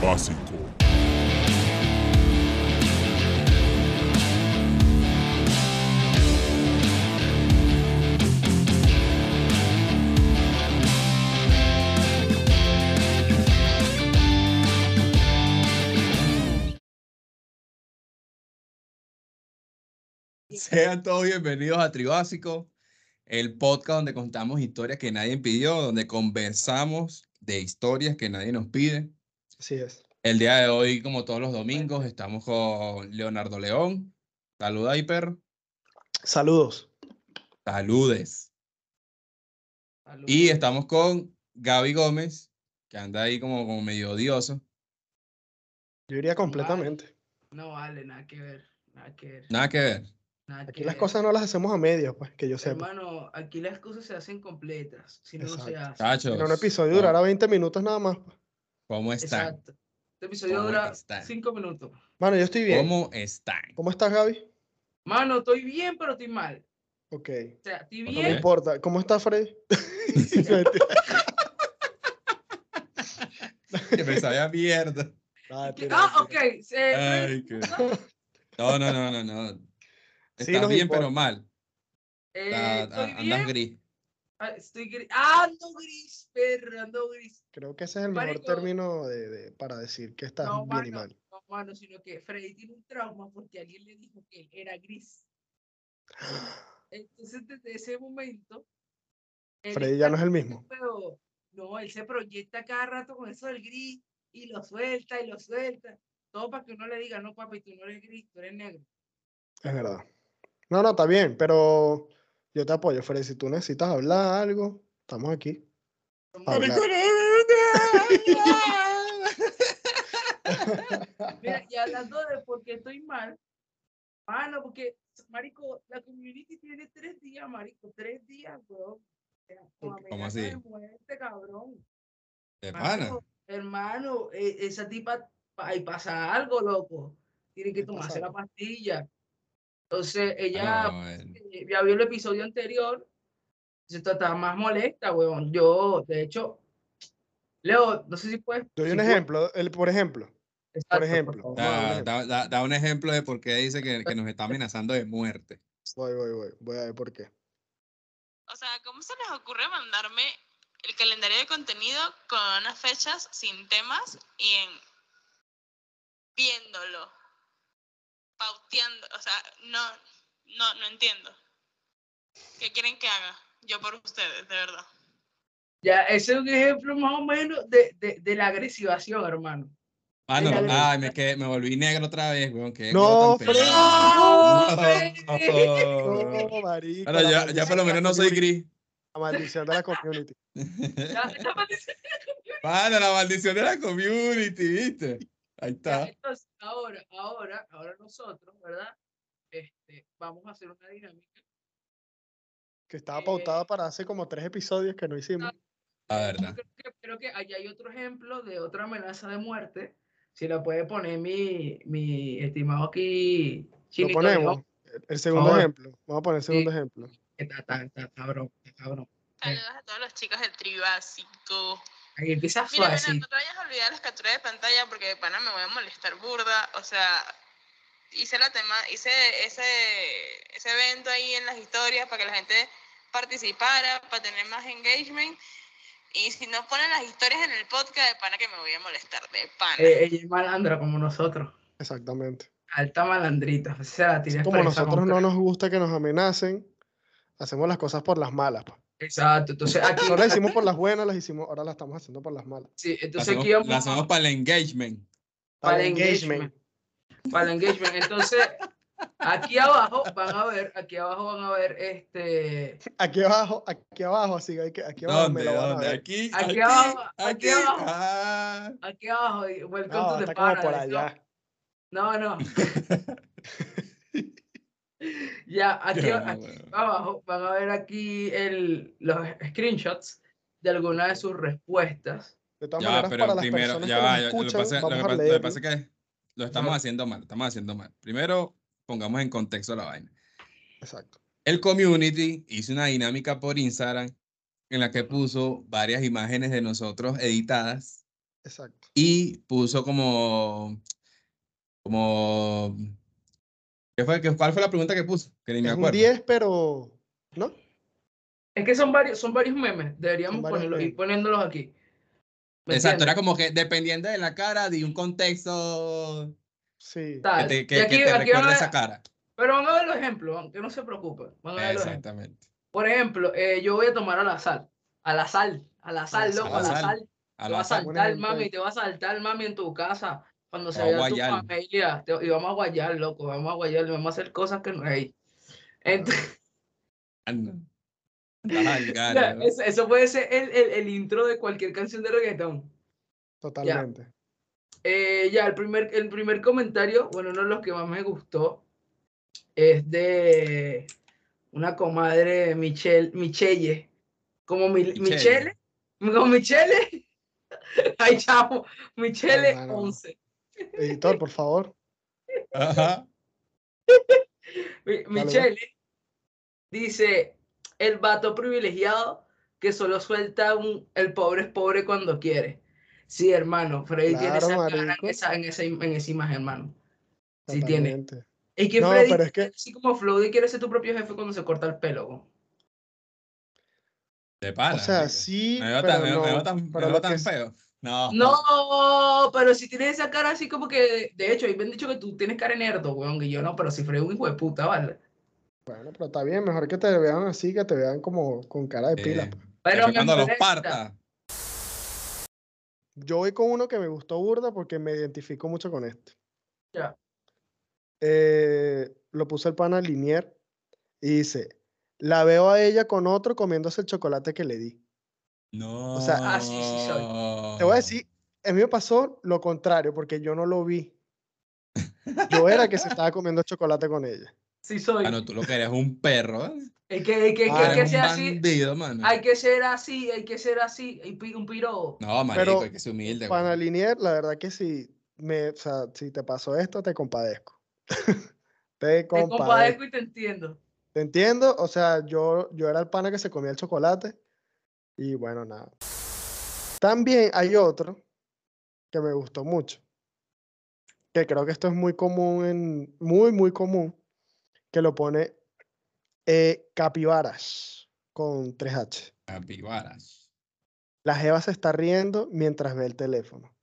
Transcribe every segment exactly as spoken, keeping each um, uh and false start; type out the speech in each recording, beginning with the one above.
Básico. Sean todos bienvenidos a Tribásico, el podcast donde contamos historias que nadie pidió, donde conversamos de historias que nadie nos pide. Así es. El día de hoy, como todos los domingos, estamos con Leonardo León. Saluda ahí, perro. Saludos. Saludes. Saludos. Y estamos con Gaby Gómez, que anda ahí como, como medio odioso. Yo iría completamente. No vale, nada que ver, nada que ver. Nada que ver. Nada Aquí que las ver. cosas no las hacemos a medias, pues, que yo sepa. Hermano, aquí las cosas se hacen completas, si no, no se Exacto. hace. Tachos, En un episodio ¿cómo- durará veinte minutos nada más, pues. ¿Cómo están? Exacto. Este episodio ¿Cómo dura están? cinco minutos. Mano, yo estoy bien. ¿Cómo están? ¿Cómo estás, Gaby? Mano, estoy bien, pero estoy mal. Ok. O sea, estoy No No me bien. importa. ¿Cómo está Freddy? Que me sabía mierda. Ah, ¿Qué? tira, Ah, tira. ok. Se- Ay, qué... No, no, no, no, no. Sí Estás nos bien, importa. pero mal. Eh, Está- estoy andas bien. gris. Ah, estoy gris. Ah, ando gris, perro, ando gris. Creo que ese es el mejor Marico. término de, de- para decir que estás No, bien y mano, mal. no, mano, sino que Freddy tiene un trauma porque alguien le dijo que él era gris. Entonces, desde ese momento, él Freddy está ya no es el como mismo. que, pero, no, él se proyecta cada rato con eso del gris y lo suelta y lo suelta. Todo para que uno le diga, no, papi, tú no eres gris, tú eres negro. Es verdad. No, no, está bien, pero yo te apoyo, Freddy. Si tú necesitas hablar algo, estamos aquí. Pa' hablar. Mira, y hablando de por qué estoy mal, mano, porque, marico, la community tiene tres días, marico, tres días, weón. O sea, con ¿Cómo amenaza así? de muerte, cabrón. ¿De Mano, pana? hermano, eh, esa tipa, ahí pasa algo, loco. Tiene que ¿Qué tomarse pasa? la pastilla. Entonces, ella No, el- eh, ya vio el episodio anterior, se estaba más molesta, weón. Yo, de hecho, Leo, no sé si puedes. Doy si un puedes- ejemplo, el, por ejemplo, Exacto, por por ejemplo, favor. vamos a dar un da, ejemplo. da- da- da un ejemplo de por qué dice que, que nos está amenazando de muerte. Voy, voy, voy, voy a ver por qué. O sea, ¿cómo se les ocurre mandarme el calendario de contenido con unas fechas sin temas y en viéndolo, pauteando? O sea, no, no, no entiendo. ¿Qué quieren que haga? Yo por ustedes, de verdad. Ya, ese es un ejemplo más o menos de, de, de la agresivación, hermano. Ah, no, De no, la ay, me, quedé, me volví negro otra vez, weón. Qué No, huevo tan Freddy. pelado. ¡No, Freddy! No, marico, Bueno, la ya, maldición ya por lo de la menos no soy community, gris. La maldición de la community. Ya, ya, maldición. Pana, la maldición de la community, ¿viste? Ahí Ya, está. entonces, ahora, ahora, ahora nosotros, ¿verdad? Este, vamos a hacer una dinámica. Que estaba Eh, pautada para hace como tres episodios que no hicimos. La De hecho, verdad. creo que, creo que allá hay otro ejemplo de otra amenaza de muerte. Si la puede poner mi, mi estimado aquí, Lo Chinito ponemos. León, El, el segundo favor. ejemplo. Vamos a poner el segundo ejemplo. que está, está, está cabrón, está cabrón. Saludos a todos los chicos del Tribásico. Ahí empieza Mira, suave, mira, sí. no te vayas a olvidar las capturas de pantalla porque de pana me voy a molestar burda. O sea, hice la tema, hice ese, ese evento ahí en las historias para que la gente participara, para tener más engagement. Y si no ponen las historias en el podcast, de pana que me voy a molestar, de pana. Eh, ella es malandra como nosotros. Exactamente. Alta malandrita. O sea, la Así tira como expresa nosotros con no crack. nos gusta que nos amenacen, hacemos las cosas por las malas. Pa. Exacto. Entonces aquí, No las hicimos por las buenas, las hicimos, ahora las estamos haciendo por las malas. sí, La entonces hacemos, aquí vamos la hacemos a- para el engagement. para Para el engagement. Para el engagement. Entonces, aquí abajo van a ver, aquí abajo van a ver este. Aquí abajo, aquí abajo, así que aquí, aquí abajo me ¿Dónde? lo van a ¿Dónde? ver. Aquí, Aquí aquí, abajo, aquí aquí. abajo. Ah. Aquí abajo, y welcome No, to the está como por paradise. No, allá. no, no. Ya, aquí, Qué aquí bueno. abajo van a ver aquí el, los screenshots de algunas de sus respuestas. De todas Ya, maneras, pero para las primero, personas ya que va. nos ya- Lo que escuchan, pasa, lo vamos que a pasa- lo que leerlo. pasa es que lo estamos Ajá. haciendo mal, estamos haciendo mal. Primero, pongamos en contexto la vaina. Exacto. El community hizo una dinámica por Instagram en la que puso varias imágenes de nosotros editadas Exacto. Y puso como, como, ¿qué fue? ¿Qué- ¿Cuál fue la pregunta que puso? Que ni me Es un acuerdo. diez, pero. ¿No? Es que son varios, son varios memes. Son Deberíamos varios ponerlos, ir memes. poniéndolos aquí. ¿Me Exacto, era entiendes? como que dependiendo de la cara, de un contexto Sí. que Tal. te, Y que, que aquí, te aquí van recuerde a, esa cara. pero van a ver los ejemplos, aunque no se preocupen. Van a ver los ejemplos. Exactamente. Por ejemplo, eh, yo voy a tomar a la sal. A la sal. A la A la sal, A loco, la a la sal. sal, sal. a Te va la a sal. Buen saltar, ejemplo mami, ahí. te va a saltar, mami, en tu casa. Cuando Te se va a vea tu guayar. familia. Te- y vamos a guayar, loco. Vamos a guayar. Vamos a hacer cosas que no hay. Entonces, Anda, andas al ya, garo, ¿no? eso, eso puede ser el, el, el intro de cualquier canción de reggaetón. Ya. Totalmente. Eh, ya, el primer, el primer comentario, bueno, uno de los que más me gustó, es de una comadre Michelle, Michelle, como mi, Michelle. Michelle, como Michelle, ay chamo, Ay, Michelle mano. once. Editor, por favor. Ajá. Mi- Dale, pues. Michelle dice, el vato privilegiado que solo suelta un, el pobre es pobre cuando quiere. Sí, hermano, Freddy tiene Claro, esa cara en marico. esa, en esa, en esa imagen, hermano. Sí tiene. Totalmente. Es que No, Freddy pero es tiene que. así como Flow de quiere ser tu propio jefe cuando se corta el pelo. ¿No? De O pana, sea, marico. Me sí, veo tan, pero me, veo- me veo no. tan, me Pero veo lo que tan es. feo. No. No, pero si tienes esa cara así como que, de hecho, ahí me han dicho que tú tienes cara de nerdo, weón, y yo no, pero si Freddy es un hijo de puta, ¿vale? Bueno, pero está bien. Mejor que te vean así, que te vean como con cara de pila, Eh, pues. Pero después me cuando los molesta. parta. Yo voy con uno que me gustó burda porque me identifico mucho con este. Ya. Eh, lo puso el pana Linier y dice: la veo a ella con otro comiéndose el chocolate que le di. No. O sea, Ah, sí, sí soy. te voy a decir, a mí me pasó lo contrario, porque yo no lo vi. Yo era el que se estaba comiendo chocolate con ella. Sí soy. Mano, tú lo que eres un perro, ¿eh? Es que, es que, es Tú que, hay Mano, eres que un ser así, bandido, mano. hay que ser así, hay que ser así, y pi- un piro. No, marico, hay pero que ser humilde, pana güey. Linier, la verdad que si, me, o sea, si te pasó esto, te compadezco. Te Te compadezco compadezco. y te entiendo. ¿Te entiendo? O sea, yo, yo era el pana que se comía el chocolate y bueno, nada. También hay otro que me gustó mucho, que creo que esto es muy común, en, muy, muy común, que lo pone eh, Capibaras con tres H. Capibaras. La jeva se está riendo mientras ve el teléfono.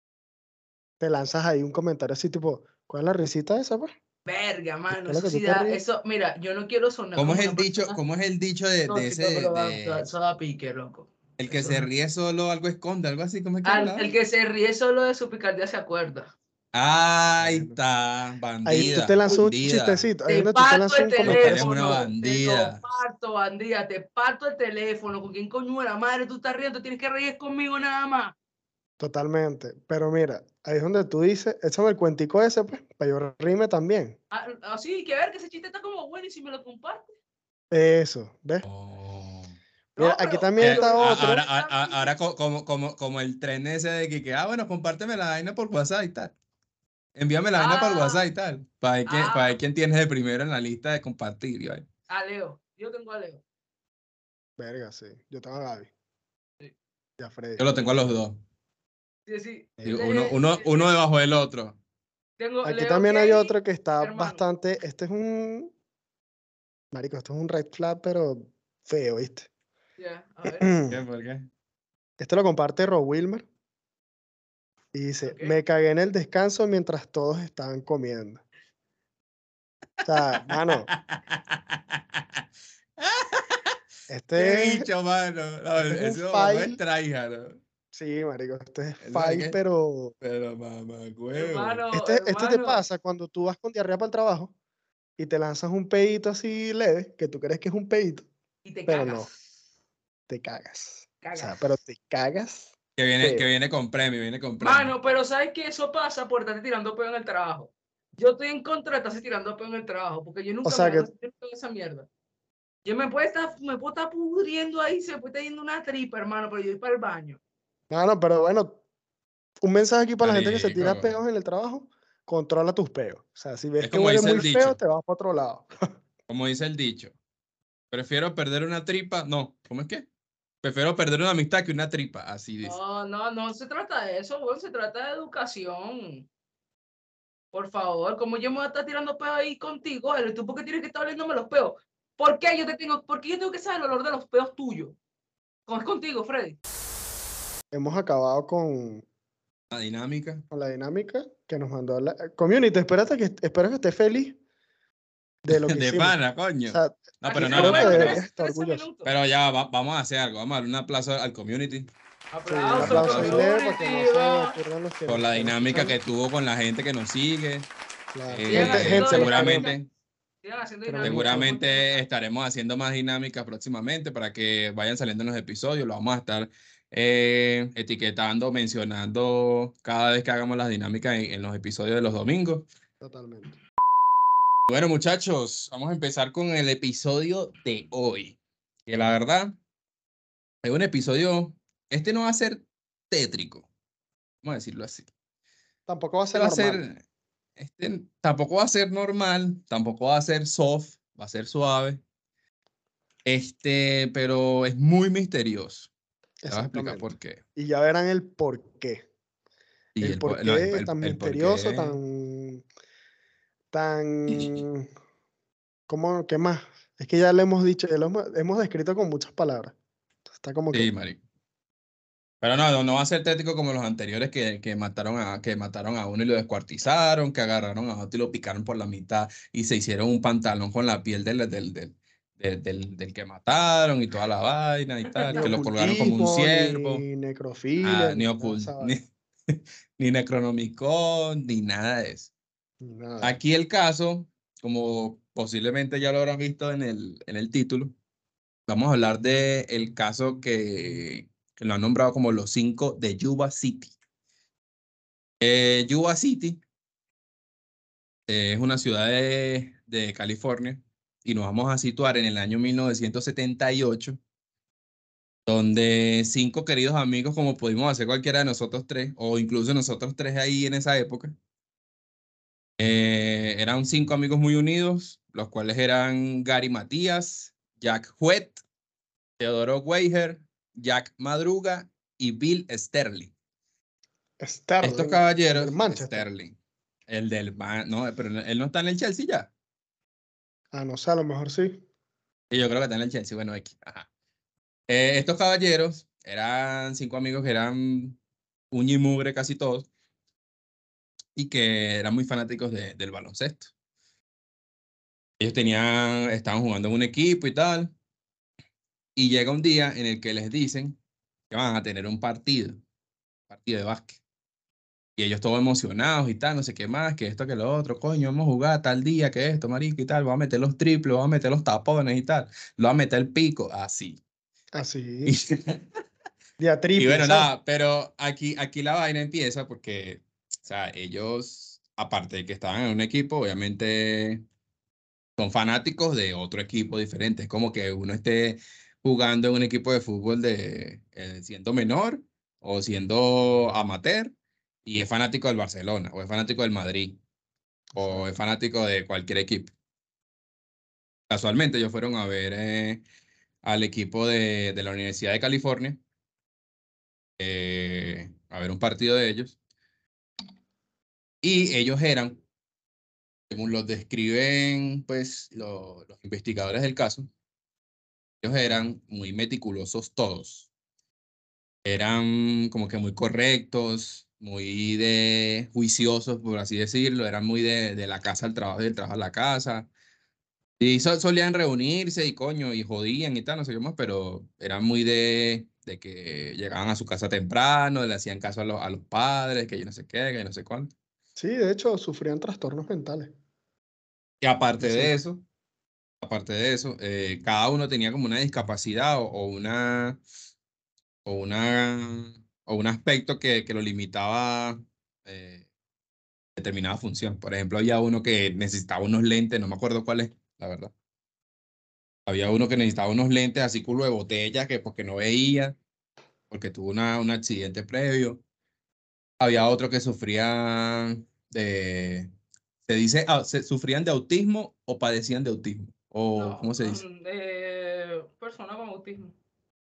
Te lanzas ahí un comentario así tipo, ¿cuál es la risita esa, pues? Verga, ¿Qué mano, es lo eso que tú sí te da, ríes? eso, mira, yo no quiero sonar ¿Cómo como es una el dicho, persona cómo es el dicho de, de tóxica, ese, pero da, da- de eso da pique, loco. el que Eso se da- ríe solo algo esconde, algo así, ¿cómo es que es Al- la el vaina? que se ríe solo de su picardía se acuerda. Ahí Bueno. está, Ahí tú te bandida, lanzas un bandida. chistecito, ahí Te donde tú te parto lanzas el un Lo que comentario eres así. una teléfono, te lo bandida. parto, bandida, te parto el teléfono. ¿Con quién coño de la madre tú estás riendo? Tienes que reír conmigo nada más. Totalmente. Pero mira, ahí es donde tú dices, échame el cuentico ese, pues, para yo rime también. Ah, Así que ver que ese chiste está como bueno y si me lo compartes. Eso, ¿ves? Oh. Mira, No, aquí pero también Eh, yo, está yo a- otro. ahora, a- a- honestamente, ahora co- como, como, como el tren ese de que, que, ah, bueno, compárteme la vaina por WhatsApp y tal. Envíame la vaina por WhatsApp ah, y tal. Para ver, quién, para ah, ver quién tienes de primero en la lista de compartir. Y vaina. a Leo. Yo tengo a Leo. Verga, sí. Yo tengo a Gaby Sí, y a Freddy. Yo lo tengo a los dos. sí, sí. Digo, Eh, uno, Le- uno, le- uno debajo del otro. tengo Aquí Leo también hay Kenny, otro que está hermano. bastante. Este es un. Marico, esto es un red flag, pero feo, ¿viste? Ya, a ver. ¿Qué? ¿Por qué? Este lo comparte Rob Wilmer y dice: Ok. me cagué en el descanso mientras todos estaban comiendo. O sea, mano, Qué este, es- bicho, mano. No, este es un eso mamá es file. tryhard, ¿no? Sí, marico, este es Eso hay file, que. pero. Pero mamá, huevo. Hermano, Este, este te hermano. pasa cuando tú vas con diarrea para el trabajo y te lanzas un pedito así leve, que tú crees que es un pedito, Y te pero cagas. no, te cagas. O Cagas. sea, pero te cagas Que viene, que feo. viene con premio, viene con premio. Mano, pero ¿sabes qué? Eso pasa por estarte tirando peo en el trabajo. Yo estoy en contra de estarse tirando peo en el trabajo, porque yo O nunca sea me que, hago esa mierda. Yo me puedo estar, me puedo estar pudriendo ahí, se me puede estar yendo una tripa, hermano, pero yo voy para el baño. no, no, pero bueno, un mensaje aquí para la gente que se tira Marico. peos en el trabajo, controla tus peos. O sea, si ves Es que como huele dice muy el feo, dicho. te vas para otro lado. Como dice el dicho. Prefiero perder una tripa. No, ¿cómo es que? Prefiero perder una amistad que una tripa, así dice. No, no, no se trata de eso, weón, se trata de educación. Por favor, como yo me voy a estar tirando peos ahí contigo, ¿eres tú por qué tienes que estar oliéndome los peos? ¿Por qué yo te tengo, por qué yo tengo que saber el olor de los peos tuyos? ¿Cómo es contigo, Freddy? Hemos acabado con, La dinámica. con la dinámica que nos mandó la community. Espérate que, espero que estés feliz de lo que De hicimos. pana, O coño. sea, No, Aquí pero se no, creo no, fue que no, pero, deberías tres- estar trece orgulloso. minutos. pero ya va- vamos a hacer algo. Vamos a darle un aplauso al community Sí, un Aplausos, aplauso ahí leve para que no se community. pierdan los que por nos la estén dinámica que escuchando. tuvo con la gente que nos sigue. Claro. Eh, Sigan Gente, haciendo gente, los seguramente, queremos. Sigan haciendo Queremos dinámicas, mucho. contenido seguramente acá. estaremos haciendo más dinámicas próximamente para que vayan saliendo en los episodios. Lo vamos a estar eh, etiquetando, mencionando cada vez que hagamos las dinámicas en, en los episodios de los domingos. Totalmente. Bueno, muchachos, vamos a empezar con el episodio de hoy. Que la verdad, es un episodio, este no va a ser tétrico, vamos a decirlo así. Tampoco va a Este ser va a normal. ser, este tampoco va a ser normal, tampoco va a ser soft, va a ser suave. Este, pero es muy misterioso. Te voy a explicar por Exactamente. qué. Y ya verán el por qué. Y El el, por por- no, el, qué el- tan el por misterioso, qué. tan, tan, ¿cómo, qué más? Es que ya le hemos dicho, ya lo hemos, hemos descrito con muchas palabras. Está como Sí, que, marico. Pero no, no, no va a ser tétrico como los anteriores que, que, mataron a, que mataron a uno y lo descuartizaron, que agarraron a otro y lo picaron por la mitad y se hicieron un pantalón con la piel del, del, del, del, del- del que mataron y toda la vaina y tal, ni que lo colgaron como un ocultismo, ciervo, ni necrofilia, ah, ni ni, nada de ocult, esa ni, vaina. ni Necronomicon, ni nada de eso. Ni nada. Aquí el caso, como posiblemente ya lo habrán visto en el, en el título, vamos a hablar de el caso que, que lo han nombrado como los cinco de Yuba City. Eh, Yuba City eh, es una ciudad de, de California y nos vamos a situar en el año mil novecientos setenta y ocho, donde cinco queridos amigos, como pudimos hacer cualquiera de nosotros tres, o incluso nosotros tres ahí en esa época, eh, eran cinco amigos muy unidos, los cuales eran Gary Matías, Jack Huet, Teodoro Weiher, Jack Madruga y Bill Sterling. Estos Sterling, el del caballeros, Manchester. Sterling, el del, Ma- no, pero él no está en el Chelsea ya. Ah, no sé, a lo mejor sí. Y yo creo que está en el Chelsea, bueno, X. Ajá. Eh, estos caballeros eran cinco amigos que eran uña y mugre casi todos y que eran muy fanáticos de- del baloncesto. Ellos tenían, estaban jugando en un equipo y tal, y llega un día en el que les dicen que van a tener un partido, partido de básquet. Y ellos todos emocionados y tal, no sé qué más, que esto, que lo otro, coño, vamos a jugar tal día, que esto, marico, y tal, voy a meter los triples, voy a meter los tapones y tal, lo voy a meter el pico, así. Así. Y, Día y triple, bueno, ¿sabes? nada, pero aquí, aquí la vaina empieza porque, o sea, ellos, aparte de que estaban en un equipo, obviamente son fanáticos de otro equipo diferente. Es como que uno esté jugando en un equipo de fútbol de eh, siendo menor o siendo amateur y es fanático del Barcelona o es fanático del Madrid o es Exacto. fanático de cualquier equipo. Casualmente ellos fueron a ver eh, al equipo de, de la Universidad de California, eh, a ver un partido de ellos, y ellos eran, según los describen pues lo- los investigadores del caso, ellos eran muy meticulosos todos. Eran como que muy correctos, muy de juiciosos, por así decirlo. Eran muy de, de la casa al trabajo y del trabajo a la casa. Y so- solían reunirse y coño, y jodían y tal, no sé qué más, pero eran muy de, de que llegaban a su casa temprano, le hacían caso a, los a los padres, que yo no sé qué, que yo no sé cuánto. Sí, de hecho, sufrían trastornos mentales. Y aparte Los de cinco. eso, aparte de eso, eh, cada uno tenía como una discapacidad o, o una o, una, o un aspecto que, que lo limitaba eh, determinada función. Por ejemplo, había uno que necesitaba unos lentes, no me acuerdo cuál es, la verdad. Había uno que necesitaba unos lentes así culo de botella, que porque no veía, porque tuvo una, un accidente previo. Había otro que sufría de, se dice, ah, se, sufrían de autismo o padecían de autismo. O, No, ¿cómo se dice? um, eh, persona con autismo.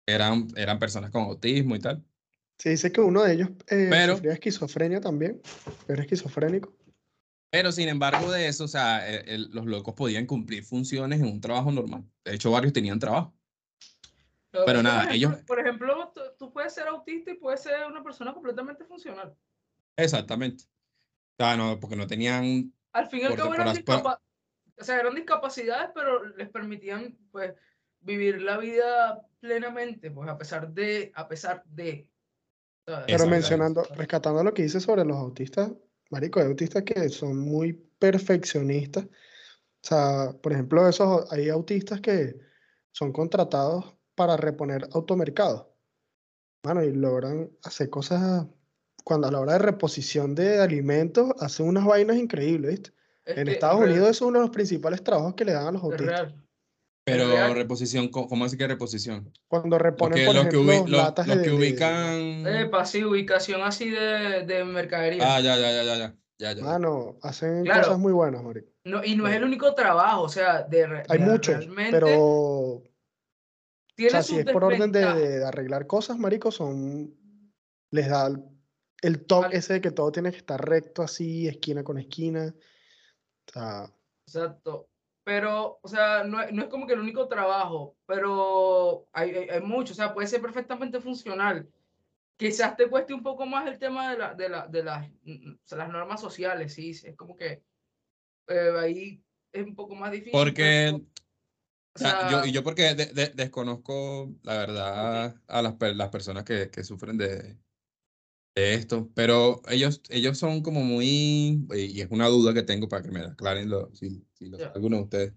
eran, eran personas con autismo y tal. Se dice que uno de ellos eh, Pero, sufría esquizofrenia también, era esquizofrénico. pero sin embargo de eso, o sea, el- el- los locos podían cumplir funciones en un trabajo normal. De hecho, varios tenían trabajo. Lo que Pero pasa es que, por nada, ellos, ejemplo, por ejemplo, tú, tú puedes ser autista y puedes ser una persona completamente funcional. exactamente. O sea, no, porque no tenían, Al fin y al por, cabo por, eran as- por- discapa- o sea, eran discapacidades, pero les permitían, pues, vivir la vida plenamente, pues, a pesar de, a pesar de, ¿sabes? Pero exactamente. mencionando, rescatando lo que dice sobre los autistas, marico, hay autistas que son muy perfeccionistas. O sea, por ejemplo, esos, hay autistas que son contratados para reponer automercados. Mano, y logran hacer cosas, cuando a la hora de reposición de alimentos, hacen unas vainas increíbles, ¿viste? Es En que es Estados real, Unidos eso es uno de los principales trabajos que le dan a los es autistas. real, es Pero real. reposición, co- ¿cómo así que reposición? Cuando Los reponen, que, por los que, ubi- ejemplo, los, latas los que de, de- ubican. Epa, sí, ubicación así de, de mercadería. Ah, ya, ya, ya, ya, ya, ya, ya, ya. Mano, hacen cosas Claro, muy buenas, marico. no, y no es No. el único trabajo, o sea, de, re- Hay de muchos, realmente pero, o tiene sea, si sus es por orden de, desventajas. de arreglar cosas, marico, son, les da el, el toque Al- ese de que todo tiene que estar recto así, esquina con esquina. O sea, Exacto. Pero, o sea, no, es- no es como que el único trabajo, pero hay, hay, hay mucho, o sea, puede ser perfectamente funcional. Quizás te cueste un poco más el tema de, la, de, la, de las, mm, o sea, las normas sociales, sí, sí, es como que eh, ahí es un poco más difícil, pero, Porque, o o sea, yo, y sea, yo porque de- de- desconozco, la ok, verdad, a las, per- las personas que, que sufren de, de esto, pero ellos, ellos son como muy, y es una duda que tengo para que me aclaren lo, si, si lo sabe ya. alguno de ustedes.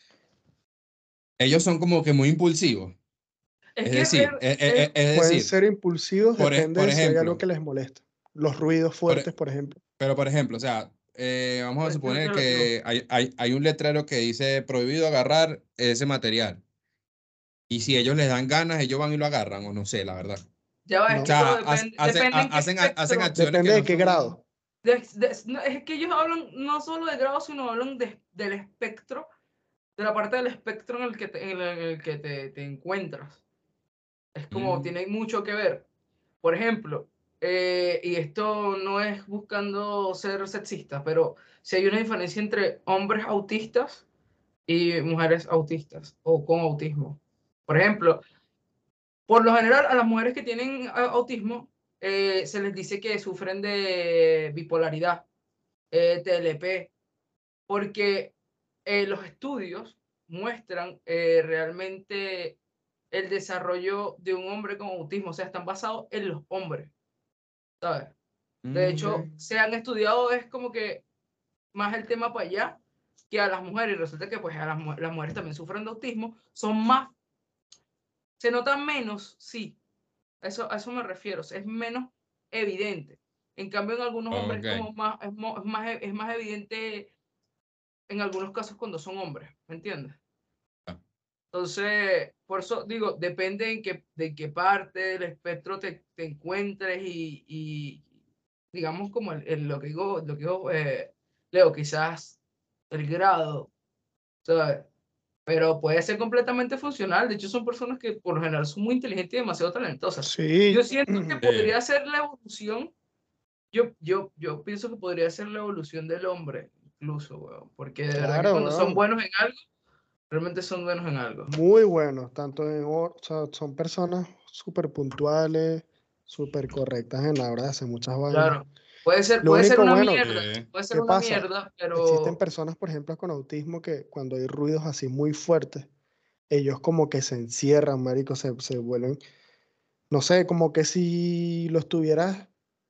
Ellos son como que muy impulsivos. Es Es que es, decir, e- e- es- e- es pueden decir, ser impulsivos, por, e- depende por de si hay algo ejemplo, que les molesta. Los ruidos por, e- fuertes, por ejemplo. pero por ejemplo, o sea, eh, vamos a es que suponer te lo digo. que hay, hay, hay un letrero que dice prohibido agarrar ese material. Y si ellos les dan ganas, ellos van y lo agarran, o no sé, la verdad. Ya va, es O que No, sea, todo ha- depende, hace- depende ha- en qué hacen, hacen espectro. acciones que depende de no qué son. grado. de- de- no, es que ellos hablan no solo de grado, sino hablan de- del espectro, de la parte del espectro en el que te, en el, en el que te, te encuentras. Es como, Mm, tiene mucho que ver. Por ejemplo, eh, y esto no es buscando ser sexista, pero si hay una diferencia entre hombres autistas y mujeres autistas o con autismo. Por ejemplo, por lo general a las mujeres que tienen ah, autismo eh, se les dice que sufren de bipolaridad, eh, T L P, porque eh, los estudios muestran eh, realmente el desarrollo de un hombre con autismo, o sea, están basados en los hombres, ¿sabes? De mm, hecho, se han estudiado, es como que más el tema para allá que a las mujeres, y resulta que pues a las, mu- las mujeres también sufren de autismo, son más, se notan menos, sí, a eso, a eso me refiero, es menos evidente. En cambio, en algunos hombres es ok. como más, es, mo- es más, e- es más evidente en algunos casos cuando son hombres, ¿me entiendes? Ah, Entonces, por eso digo, depende en qué, de qué parte del espectro te, te encuentres y, y, digamos como el, el- lo que digo, lo que digo eh, Leo, quizás el grado, ¿sabes? Pero puede ser completamente funcional. De hecho, son personas que por lo general son muy inteligentes y demasiado talentosas. Yo Sí, siento que sí. podría ser la evolución, yo, yo, yo pienso que podría ser la evolución del hombre, incluso, weón, porque de verdad que claro, cuando son weón. buenos en algo, realmente son buenos en algo. Muy buenos, tanto en, hor- o sea, son personas súper puntuales, súper correctas en la hora de hacer muchas vainas. Claro, puede ser, Lo puede ser único una bueno, mierda, Sí. puede ser ¿qué una pasa? mierda, Existen pero personas, por ejemplo, con autismo que cuando hay ruidos así muy fuertes, ellos como que se encierran, marico, se, se vuelven, no sé, como que si lo estuvieras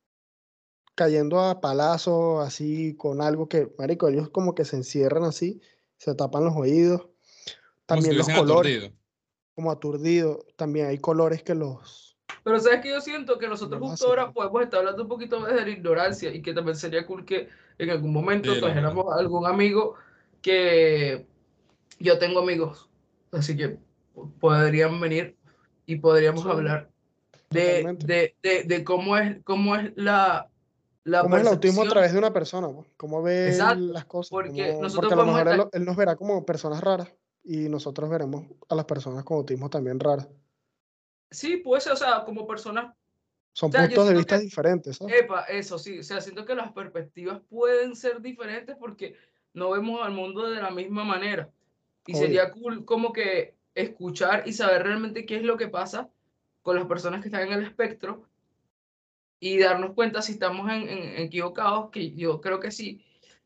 cayendo a palazos, así, con algo que, marico, ellos como que se encierran así, se tapan los oídos. Como si También los estuviesen colores, aturdidos. como aturdidos. También hay colores que los, Pero sabes que yo siento que que no nosotros los justo ahora aceleran. podemos estar hablando un poquito más de la ignorancia y que también sería cool que en algún momento Sí, la verdad. trajéramos a algún amigo que yo tengo amigos, así que podrían venir y podríamos Sí, hablar de, totalmente. de, de, de cómo es, cómo es la, la ¿Cómo es el autismo a percepción través de una persona? ¿No? ¿Cómo ve él exacto, las cosas? porque ¿Cómo- Porque nosotros a lo podemos mejor él, estar, él nos verá como personas raras y nosotros veremos a las personas con autismo también raras. sí, puede ser, o sea, como personas, Son o sea, yo puntos de siento vista que, diferentes, ¿sabes? epa, eso sí, o sea, siento que las perspectivas pueden ser diferentes porque no vemos al mundo de la misma manera. Y Obvio. sería cool como que escuchar y saber realmente qué es lo que pasa con las personas que están en el espectro y darnos cuenta si estamos en, en- equivocados, que yo creo que sí,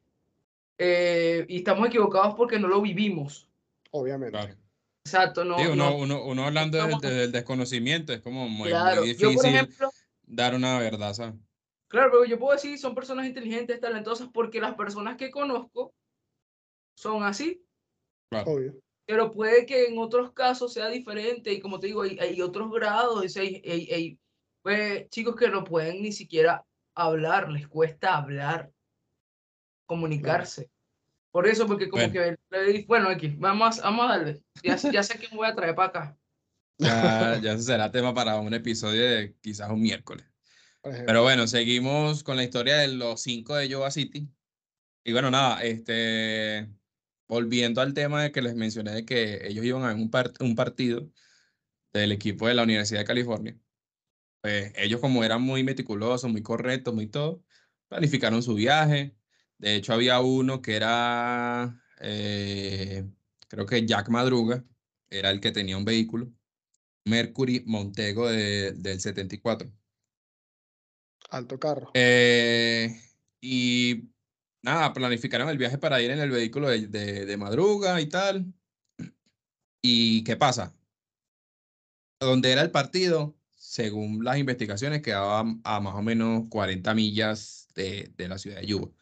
eh, y estamos equivocados porque no lo vivimos. Obviamente. Claro. Exacto, Sí, no, uno, no, uno, uno no hablando del, estamos, del desconocimiento es como muy, muy claro. Yo, por difícil ejemplo, dar una verdad, ¿sabes? claro, pero yo puedo decir son personas inteligentes, talentosas, porque las personas que conozco son así, Claro. Obvio. pero puede que en otros casos sea diferente y como te digo, hay, hay otros grados, y hay, hay- hay, pues, chicos que no pueden ni siquiera hablar, les cuesta hablar, Claro. comunicarse. Por eso, porque como Bueno, que, le dije, bueno, aquí, vamos, vamos a darle, ya, sé- ya sé que me voy a traer para acá. ya, ya eso será tema para un episodio de quizás un miércoles. Por ejemplo. Pero bueno, seguimos con la historia de los cinco de Yoba City. Y bueno, nada, este, volviendo al tema de que les mencioné de que ellos iban a un, par- un partido del equipo de la Universidad de California. Pues ellos como eran muy meticulosos, muy correctos, muy todo, planificaron su viaje. De hecho, había uno que era, eh, creo que Jack Madruga, era el que tenía un vehículo, Mercury Montego de- del setenta y cuatro. Alto carro. Eh, y nada, planificaron el viaje para ir en el vehículo de, de, de Madruga y tal. ¿Y qué pasa? Donde era el partido, según las investigaciones, quedaba a más o menos cuarenta millas de, de la ciudad de Yuba.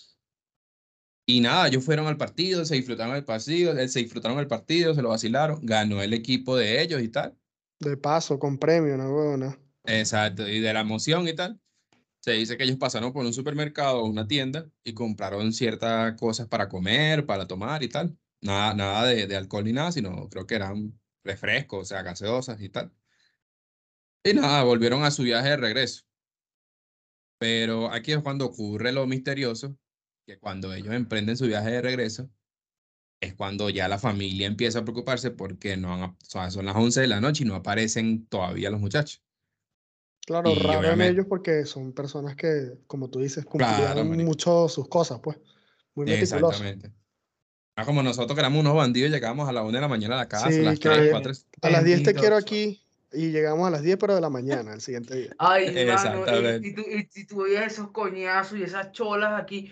Y nada, ellos fueron al partido, se disfrutaron el partido, eh, se disfrutaron el partido, se lo vacilaron, ganó el equipo de ellos y tal. De paso, con premio, ¿no, huevona? Exacto, y de la emoción y tal. Se dice que ellos pasaron por un supermercado o una tienda y compraron ciertas cosas para comer, para tomar y tal. Nada, nada de, de alcohol ni nada, sino creo que eran refrescos, o sea, gaseosas y tal. Y nada, volvieron a su viaje de regreso. Pero aquí es cuando ocurre lo misterioso, que cuando ellos emprenden su viaje de regreso, es cuando ya la familia empieza a preocuparse porque no han, ap- o sea, son las once de la noche y no aparecen todavía los muchachos. Claro, Y raro en obviamente, ellos porque son personas que, como tú dices, claro, cumplían marico, mucho sus cosas, pues. Muy meticulosos. exactamente. Ah, como nosotros que éramos unos bandidos, llegábamos a la una de la mañana a la casa, a Sí, las tres, que cuatro. Ay, a las diez te bendito. quiero aquí y llegamos a las diez, pero de la mañana, el siguiente día. Ay, mano, y, Exactamente. y tú, y, y tú veías esos coñazos y esas cholas aquí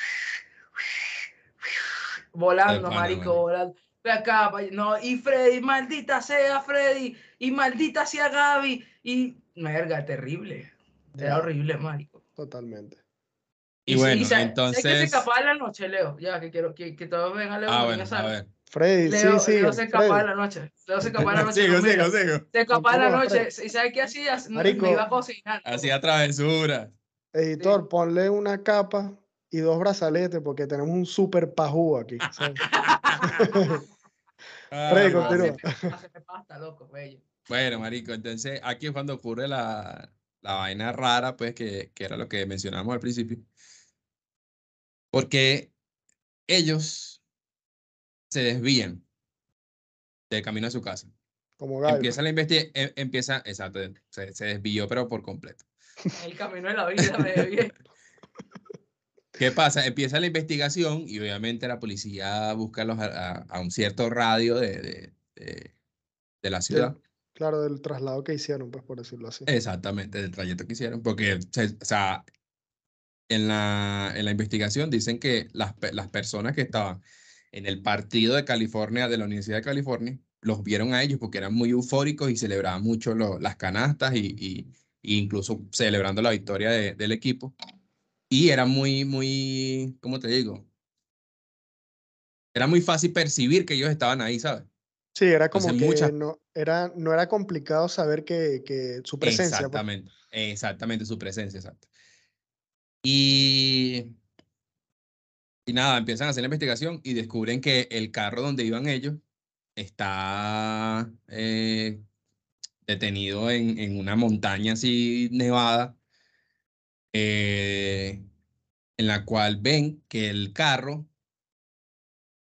De volando, pana, marico, marico. volando. Ve acá, pa- no, y Freddy, maldita sea Freddy, y maldita sea Gaby, y merga, terrible. Era Ya, horrible, marico. totalmente. Y Y, si- y bueno, sa- ¿sabes qué se entonces, escapaba en la noche, Leo? Ya, que quiero que, que todos ven a Leo ah, como niño bueno, a sano. ver. Freddy, sí, Leo, Leo sigue, se escapaba en Freddy. la noche. Leo se escapaba en la noche. No, Sigo, sigo, mira. sigo. Se escapaba en la Continúa, noche. Freddy. ¿Y sabes qué hacía? Me me iba a Marico, cocinar. Hacía travesuras. editor, ponle una capa y dos brazaletes porque tenemos un super pajú aquí, ¿sabes? Freddy, Ay, continúa. marico. Hacerme pasta, loco, bello. Bueno, marico, entonces aquí es cuando ocurre la, la vaina rara, pues, que, que era lo que mencionábamos al principio. Porque ellos se desvían del camino a su casa. Como Gaby, pues. Empieza la investigación, empieza, exacto, se, se desvió, pero por completo. El camino de la vida me bien. ¿Qué pasa? Empieza la investigación y obviamente la policía busca los, a, a- a un cierto radio de, de, de- de la ciudad. Del, claro, del traslado que hicieron, pues, por decirlo así. Exactamente, del trayecto que hicieron. Porque, se- o sea, en la, en la investigación dicen que las, pe- las personas que estaban en el partido de California, de la Universidad de California, los vieron a ellos porque eran muy eufóricos y celebraban mucho lo- las canastas y, y- y incluso celebrando la victoria de- del equipo. Y era muy, muy, ¿cómo te digo? Era muy fácil percibir que ellos estaban ahí, ¿sabes? Sí, era Entonces como que muchas, no era, no era complicado saber que, que su presencia, pues. exactamente, exactamente su presencia, exacto. Y, y nada, empiezan a hacer la investigación y descubren que el carro donde iban ellos está eh, detenido en, en una montaña así nevada, eh, en la cual ven que el carro,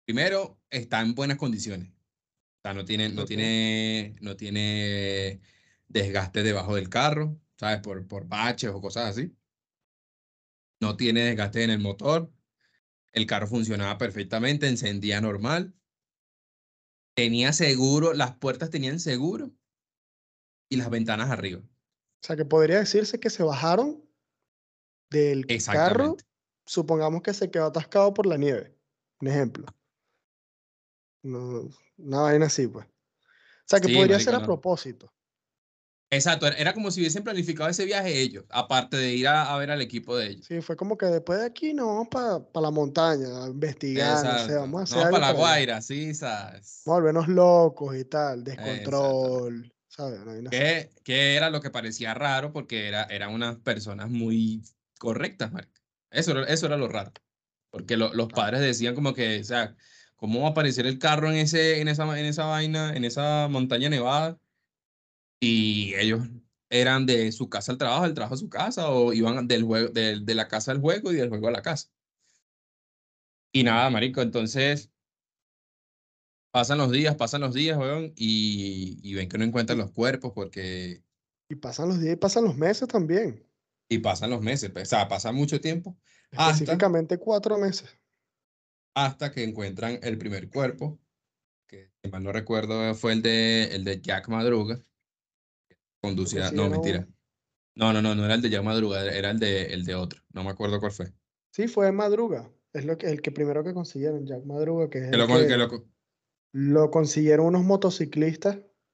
primero, está en buenas condiciones. O sea, no tiene, no Ok. tiene, no tiene desgaste debajo del carro, ¿sabes? Por, por baches o cosas así. No tiene desgaste en el motor. El carro funcionaba perfectamente, encendía normal. Tenía seguro, las puertas tenían seguro y las ventanas arriba. O sea, que podría decirse que se bajaron del carro, Exactamente. supongamos que se quedó atascado por la nieve, un ejemplo. No, una vaina así, pues. O sea, que Sí, podría ser marico, a no. propósito. Exacto, era- era como si hubiesen planificado ese viaje ellos, aparte de ir a, a ver al equipo de ellos. Sí, fue como que después de aquí nos vamos para la montaña a investigar, no sé, Exacto. vamos a hacer No, algo para La para allá. Guaira, sí, ¿sabes? Vamos a volvernos locos y tal, Exactamente. descontrol, ¿sabes? Una vaina así. Que, que era lo que parecía raro porque era, eran unas personas muy correctas, marico. Eso era, eso era lo raro. Porque lo- los Claro. padres decían como que, o sea, ¿cómo va a aparecer el carro en, ese, en, esa, en esa vaina, en esa montaña nevada? Y ellos eran de su casa al trabajo, del trabajo a su casa, o iban del juego, del- de la casa al juego y del juego a la casa. Y nada, marico, entonces pasan los días, pasan los días, weón, y, y ven que no encuentran Y, los cuerpos porque... y pasan los días y pasan los meses también. Y pasan los meses, pues, o sea, pasa mucho tiempo hasta, Específicamente cuatro meses. hasta que encuentran el primer cuerpo, que si mal no recuerdo fue el de, el de Jack Madruga, Lo conducida, no, mentira. consiguieron. No, no, no, no era el de Jack Madruga, era el de, el de otro, no me acuerdo cuál fue. Sí, fue Madruga. Es lo que, el que primero que consiguieron, Jack Madruga, que es Que el lo, que que lo, lo consiguieron unos motociclistas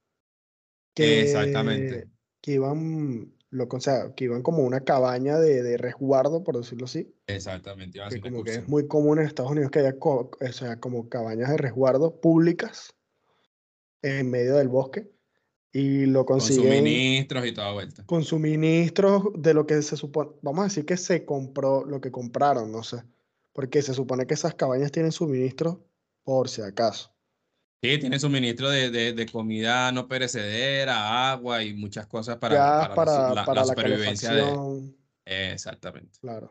que, exactamente, que iban, lo, o sea, que iban como una cabaña de, de resguardo, por decirlo así, exactamente, iba a que hacer una como que es excursión. muy común en Estados Unidos que haya co- o sea, como cabañas de resguardo públicas en medio del bosque y lo Con consiguen suministros y toda vuelta. con suministros de lo que se supone, vamos a decir que se compró, lo que compraron, no sé, porque se supone que esas cabañas tienen suministros por si acaso. Sí, tiene suministro de, de, de comida no perecedera, agua y muchas cosas para, Gas para la, su- para, la, la para la supervivencia de... calefacción, Exactamente. claro.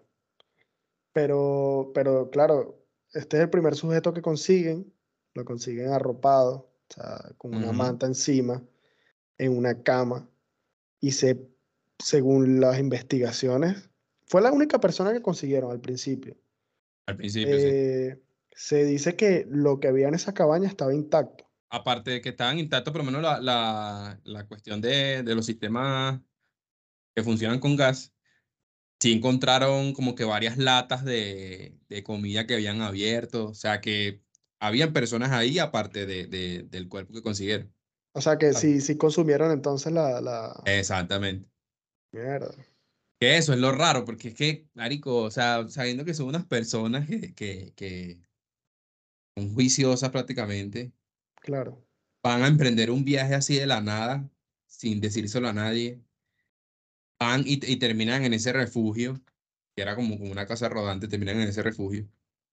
Pero, pero claro, este es el primer sujeto que consiguen, lo consiguen arropado, o sea, con una Ujú. manta encima, en una cama, y se, según las investigaciones, fue la única persona que consiguieron al principio. Al principio, sí. Eh, se dice que lo que había en esa cabaña estaba intacto. Aparte de que estaban intactos, por lo menos la, la, la cuestión de, de los sistemas que funcionan con gas, sí encontraron como que varias latas de, de comida que habían abierto, o sea que habían personas ahí aparte de, de- del cuerpo que consiguieron. O sea que Claro. sí, sí consumieron entonces la, la... Exactamente. Mierda, Que eso es lo raro, porque es que, marico, o sea, sabiendo que son unas personas que, que, que son juiciosas prácticamente, claro. van a emprender un viaje así de la nada, sin decírselo a nadie, van y, y terminan en ese refugio, que era como, como una casa rodante, terminan en ese refugio.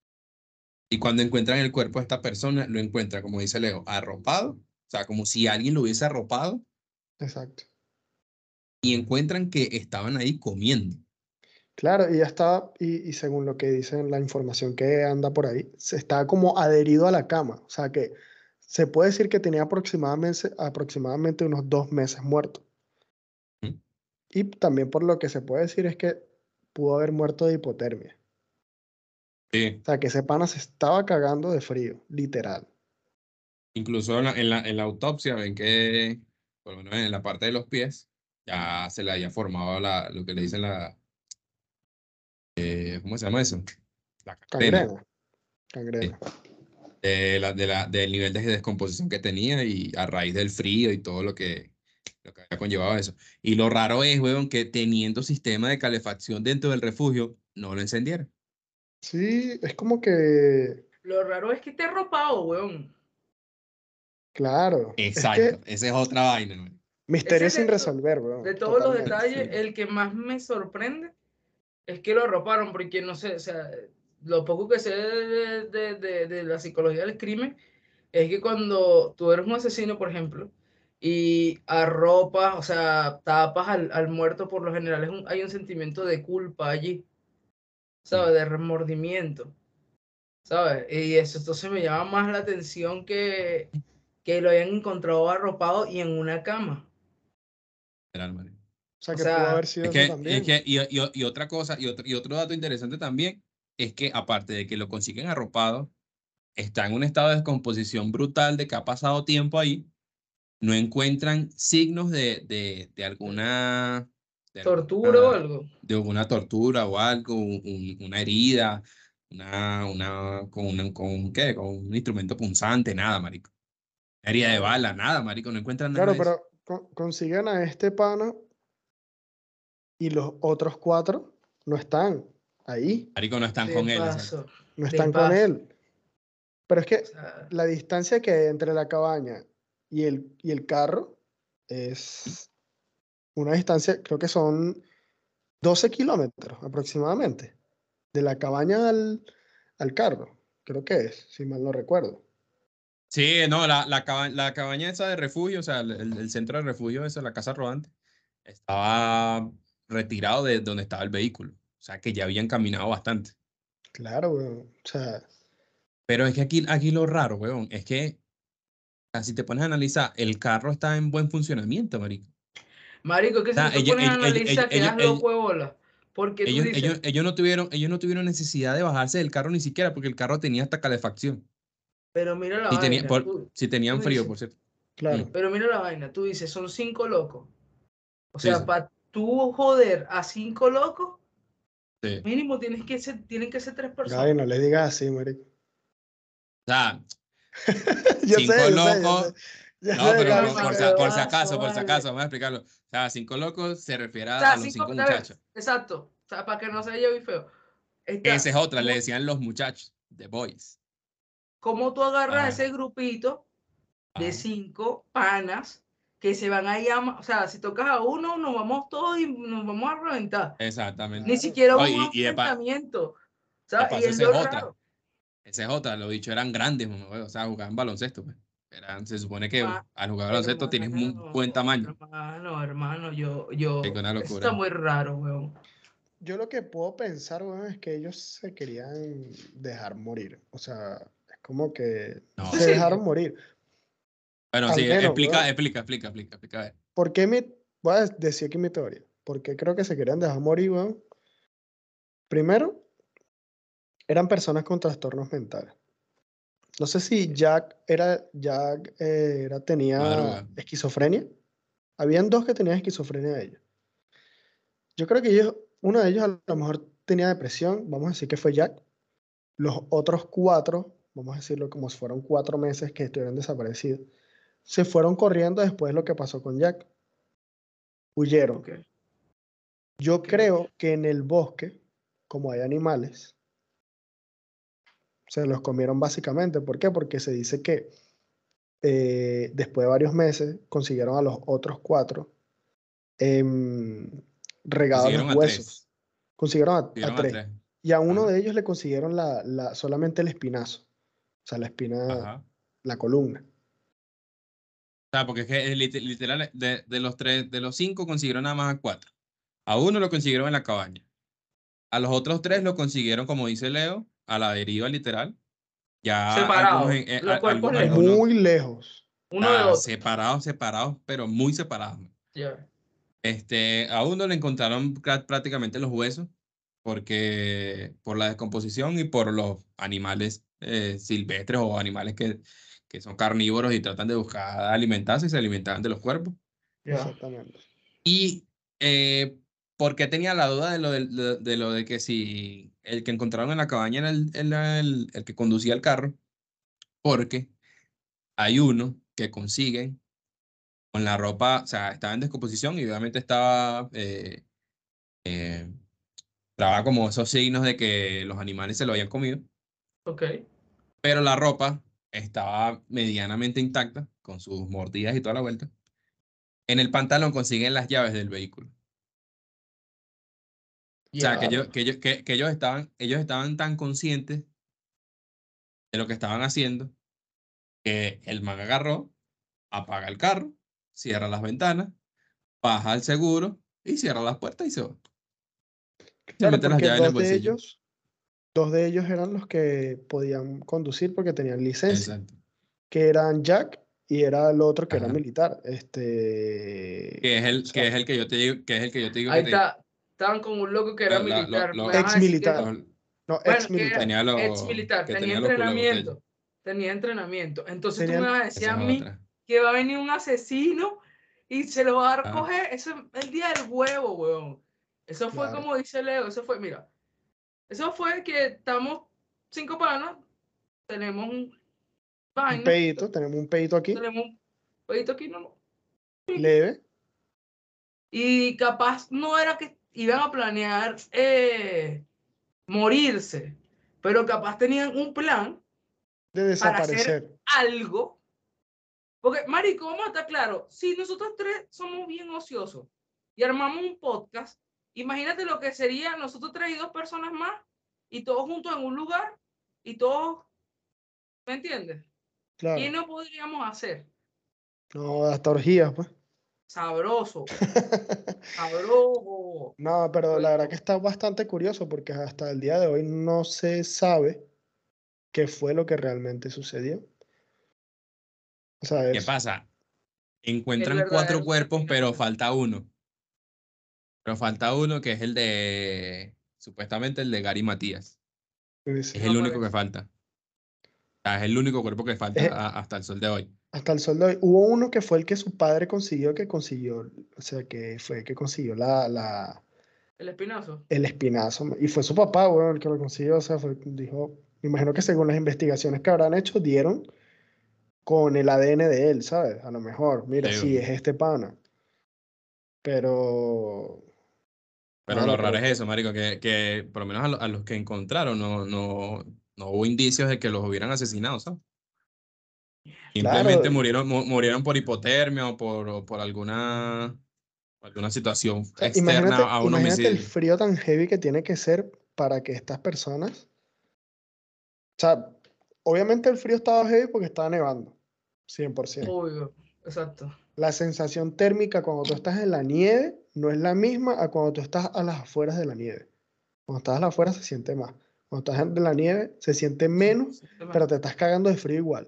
Y cuando encuentran el cuerpo de esta persona, lo encuentran, como dice Leo, arropado, o sea, como si alguien lo hubiese arropado, Exacto. y encuentran que estaban ahí comiendo. Claro, y ya está, y, y según lo que dicen la información que anda por ahí, se está como adherido a la cama. O sea que se puede decir que tenía aproximadamente, aproximadamente unos dos meses muerto. ¿Mm? Y también por lo que se puede decir es que pudo haber muerto de hipotermia. Sí, O sea que ese pana se estaba cagando de frío, literal. incluso en la, en la, en la autopsia ven que, por lo menos en la parte de los pies, ya se le había formado la, lo que le dicen la, eh, ¿cómo se llama eso? La catrina, Cangrena, cangrena. sí, de la, de la, del nivel de descomposición que tenía y a raíz del frío y todo lo que, lo que había conllevado eso. Y lo raro es, weón, que teniendo sistema de calefacción dentro del refugio, no lo encendieron. Sí, es como que, Lo raro es que esté arropado, weón. claro, es Exacto, que esa es otra vaina, ¿no? Ese misterio es de, sin to- resolver, de weón, todos los totalmente. detalles, el que más me sorprende es que lo arroparon, porque no sé, o sea, lo poco que sé de, de, de, de la psicología del crimen es que cuando tú eres un asesino, por ejemplo, y arropas, o sea, tapas al, al muerto, por lo general es un- hay un sentimiento de culpa allí, Mm. ¿sabes? De remordimiento, ¿sabes? Y eso entonces me llama más la atención que, que lo hayan encontrado arropado y en una cama. Literal, marico. O sea, O que pudo sea, haber sido Es eso que, es también. que y, y- y otra cosa, y otro, y otro dato interesante también, es que aparte de que lo consiguen arropado, está en un estado de descomposición brutal de que ha pasado tiempo ahí, no encuentran signos de, de, de alguna, de tortura o alguna, algo. de alguna tortura o algo, un- un- una herida, una, una, con, un, con, ¿qué? Con un instrumento punzante, nada, marico. Herida de Claro, bala, nada, marico, no encuentran nada claro, de eso. pero con- consiguen a este pana y los otros cuatro no están ahí, Marico, no están De con él, exacto. paso, no de están con paso. él. Pero es O que sea, la distancia que hay entre la cabaña y el, y el carro es una distancia, creo que son doce kilómetros aproximadamente, de la cabaña al, al carro, creo que es, si mal no recuerdo. Sí, no, la, la, caba- la cabaña esa de refugio, o sea, el, el- el centro de refugio, esa, la casa rodante, estaba retirado de donde estaba el vehículo. O sea, que ya habían caminado bastante. Claro, weón. O sea, Pero es que aquí, aquí lo raro, weón, es que, o sea, si te pones a analizar, el carro está en buen funcionamiento, marico. marico, es que O si sea, tú te ellos, pones a ellos, ellos, ellos, analizar, ellos, quedas ellos, loco de bola. Porque tú ellos, dices, ellos- ellos no tuvieron, ellos no tuvieron necesidad de bajarse del carro ni siquiera, porque el carro tenía hasta calefacción. pero mira la Si, tenía, vaina, por, tú, si tú tenían frío, dices, por cierto. Mm, claro. pero mira la vaina, tú dices, son cinco locos. O sí, sea, sí, para tú joder a cinco locos, sí. mínimo tienes que ser, tienen que ser tres Ay, personas. no le digas así, marico. O sea, Yo cinco sé, yo sé, yo locos. sé. Yo No, sé, pero Gaby, por, por, si porque... a- por si Mamahuevazo, acaso, por si vale. acaso, vamos a explicarlo. O sea, cinco locos se refiere O a, sea, a los cinco, cinco a ver, muchachos. exacto. O sea, para que no se vaya muy feo. Esa Está, es otra, le ¿cómo, decían los muchachos, The Boys. cómo tú agarras Ajá, ese grupito de ajá, cinco panas que se van a llamar? O sea, si tocas a uno, nos vamos todos y nos vamos a reventar. exactamente. Ni Claro. siquiera No, hubo un y, y de, pa- enfrentamiento. O de sea, y paso, es esa es lo otra. raro. Esa es otra. Los bichos eran grandes, mamá, güey, o sea, jugaban baloncesto. Pues. Eran, se supone que Ma- al jugar baloncesto tienes un buen hermano, tamaño. hermano, hermano, yo, Es yo, una eso está locura. muy raro, weón. Yo lo que puedo pensar, weón, es que ellos se querían dejar morir. O sea, es como que No. se dejaron Suicidio. morir. Bueno, Al sí, menos, explica, weón. explica, explica, explica, explica. A ver. ¿Por qué mi... Voy a decir aquí mi teoría. ¿Por qué creo que se querían dejar morir, weón? Primero, eran personas con trastornos mentales. No sé si Jack era, Jack eh, era, tenía Madruga. esquizofrenia. Habían dos que tenían esquizofrenia de ellos. Yo creo que ellos, uno de ellos a lo mejor tenía depresión, vamos a decir que fue Jack. Los otros cuatro, vamos a decirlo como si fueron cuatro meses que estuvieron desaparecidos, se fueron corriendo después de lo que pasó con Jack. Huyeron. Ok, Yo ok. creo que en el bosque, como hay animales, se los comieron básicamente. ¿Por qué? Porque se dice que eh, después de varios meses consiguieron a los otros cuatro em, regados los Consiguieron a huesos. tres. Consiguieron a, a Consiguieron a tres. tres. Y a uno Ajá, de ellos le consiguieron la, la, solamente el espinazo. O sea, la espina, ajá. la columna. O sea, porque es que es lit- literal, de, de los tres, de los cinco consiguieron nada más a cuatro. A uno lo consiguieron en la cabaña. A los otros tres lo consiguieron, como dice Leo, a la deriva literal. Ya algunos, Separados, en- eh, a- los cuerpos algu- lejos, algunos Muy lejos. uno del ah, otro. separados, separados, pero muy separados. Ya. Este, a uno le encontraron prá- prácticamente los huesos, porque por la descomposición y por los animales eh, silvestres o animales que, que son carnívoros y tratan de buscar alimentarse y se alimentaban de los cuerpos. Ya. Exactamente. Y eh, ¿por qué tenía la duda de lo de, de- de lo de que si el que encontraron en la cabaña era el, el, el- el que conducía el carro? Porque hay uno que consiguen con la ropa, o sea, estaba en descomposición y obviamente estaba, eh, eh, traba como esos signos de que los animales se lo habían comido, Ok. pero la ropa estaba medianamente intacta, con sus mordidas y toda la vuelta. En el pantalón consiguen las llaves del vehículo. O sea, que Ya. ellos, que ellos, que, que ellos estaban, ellos estaban tan conscientes de lo que estaban haciendo que el man agarró, apaga el carro, cierra las ventanas, baja el seguro y cierra las puertas y se va. Se Claro, mete las porque llaves en el dos de bolsillo. ellos, dos de ellos eran los que podían conducir porque tenían licencia, Exacto. que eran Jack y era el otro que era Ajá. militar. Este, Que es o el, sea, que es el que yo te digo, que es el que yo te digo Ahí que te- está. Estaban con un loco que era lo- la- lo- militar. lo- Me vas ex a decir que militar, los- no, bueno, ex que era militar. tenía los, ex militar, que tenía tenía los culos botellas. entrenamiento, tenía entrenamiento. Entonces tú me Tenían, vas a decir Esa a es mí otra. que va a venir un asesino y se lo va a Ah, recoger. Eso es el día del huevo, weón. Eso fue claro, como dice Leo, eso fue, mira, eso fue que estamos cinco panas, tenemos un un vaina, pedito, tenemos un pedito aquí, tenemos un pedito aquí, no, no. leve, Y capaz no era que iban a planear eh, morirse, pero capaz tenían un plan de para hacer desaparecer. algo. Porque, marico, vamos a estar claro, si nosotros tres somos bien ociosos y armamos un podcast, imagínate lo que sería nosotros tres y dos personas más y todos juntos en un lugar y todos, ¿me entiendes? ¿Qué Claro, no podríamos hacer? no, hasta orgías, pues. Sabroso, sabroso. No, pero la verdad que Bueno, está bastante curioso porque hasta el día de hoy no se sabe qué fue lo que realmente sucedió. O sea, ¿qué es pasa? el Encuentran cuatro verdadero cuerpos, pero asesinato. falta uno. Pero falta uno que es el de, supuestamente el de Gary Matías. es- Es No el único que aparece. falta. O sea, es el único cuerpo que falta es- a- hasta el sol de hoy. hasta el sol de hoy. Hubo uno que fue el que su padre consiguió, que consiguió, o sea, que fue que consiguió la, la, El espinazo. el espinazo. Y fue su papá, bueno, el que lo consiguió. O sea, fue- dijo, me imagino que según las investigaciones que habrán hecho, dieron con el A D N de él, ¿sabes? A lo mejor, mira, Sí, sí, bueno. es este pana. Pero, Pero lo mano, raro creo es que, eso, marico, que, que por lo menos a, lo- a los que encontraron no, no, no hubo indicios de que los hubieran asesinado, ¿sabes? claro, Simplemente murieron, mu- murieron por hipotermia o por, o por alguna, alguna situación o sea, externa imagínate, a un imagínate el homicidio. frío tan heavy que tiene que ser para que estas personas, o sea, obviamente el frío estaba heavy porque estaba nevando, cien por ciento. Obvio, exacto. La sensación térmica cuando tú estás en la nieve no es la misma a cuando tú estás a las afueras de la nieve. Cuando estás a las afueras se siente más. Cuando estás en la nieve se siente menos, pero te estás cagando de frío igual.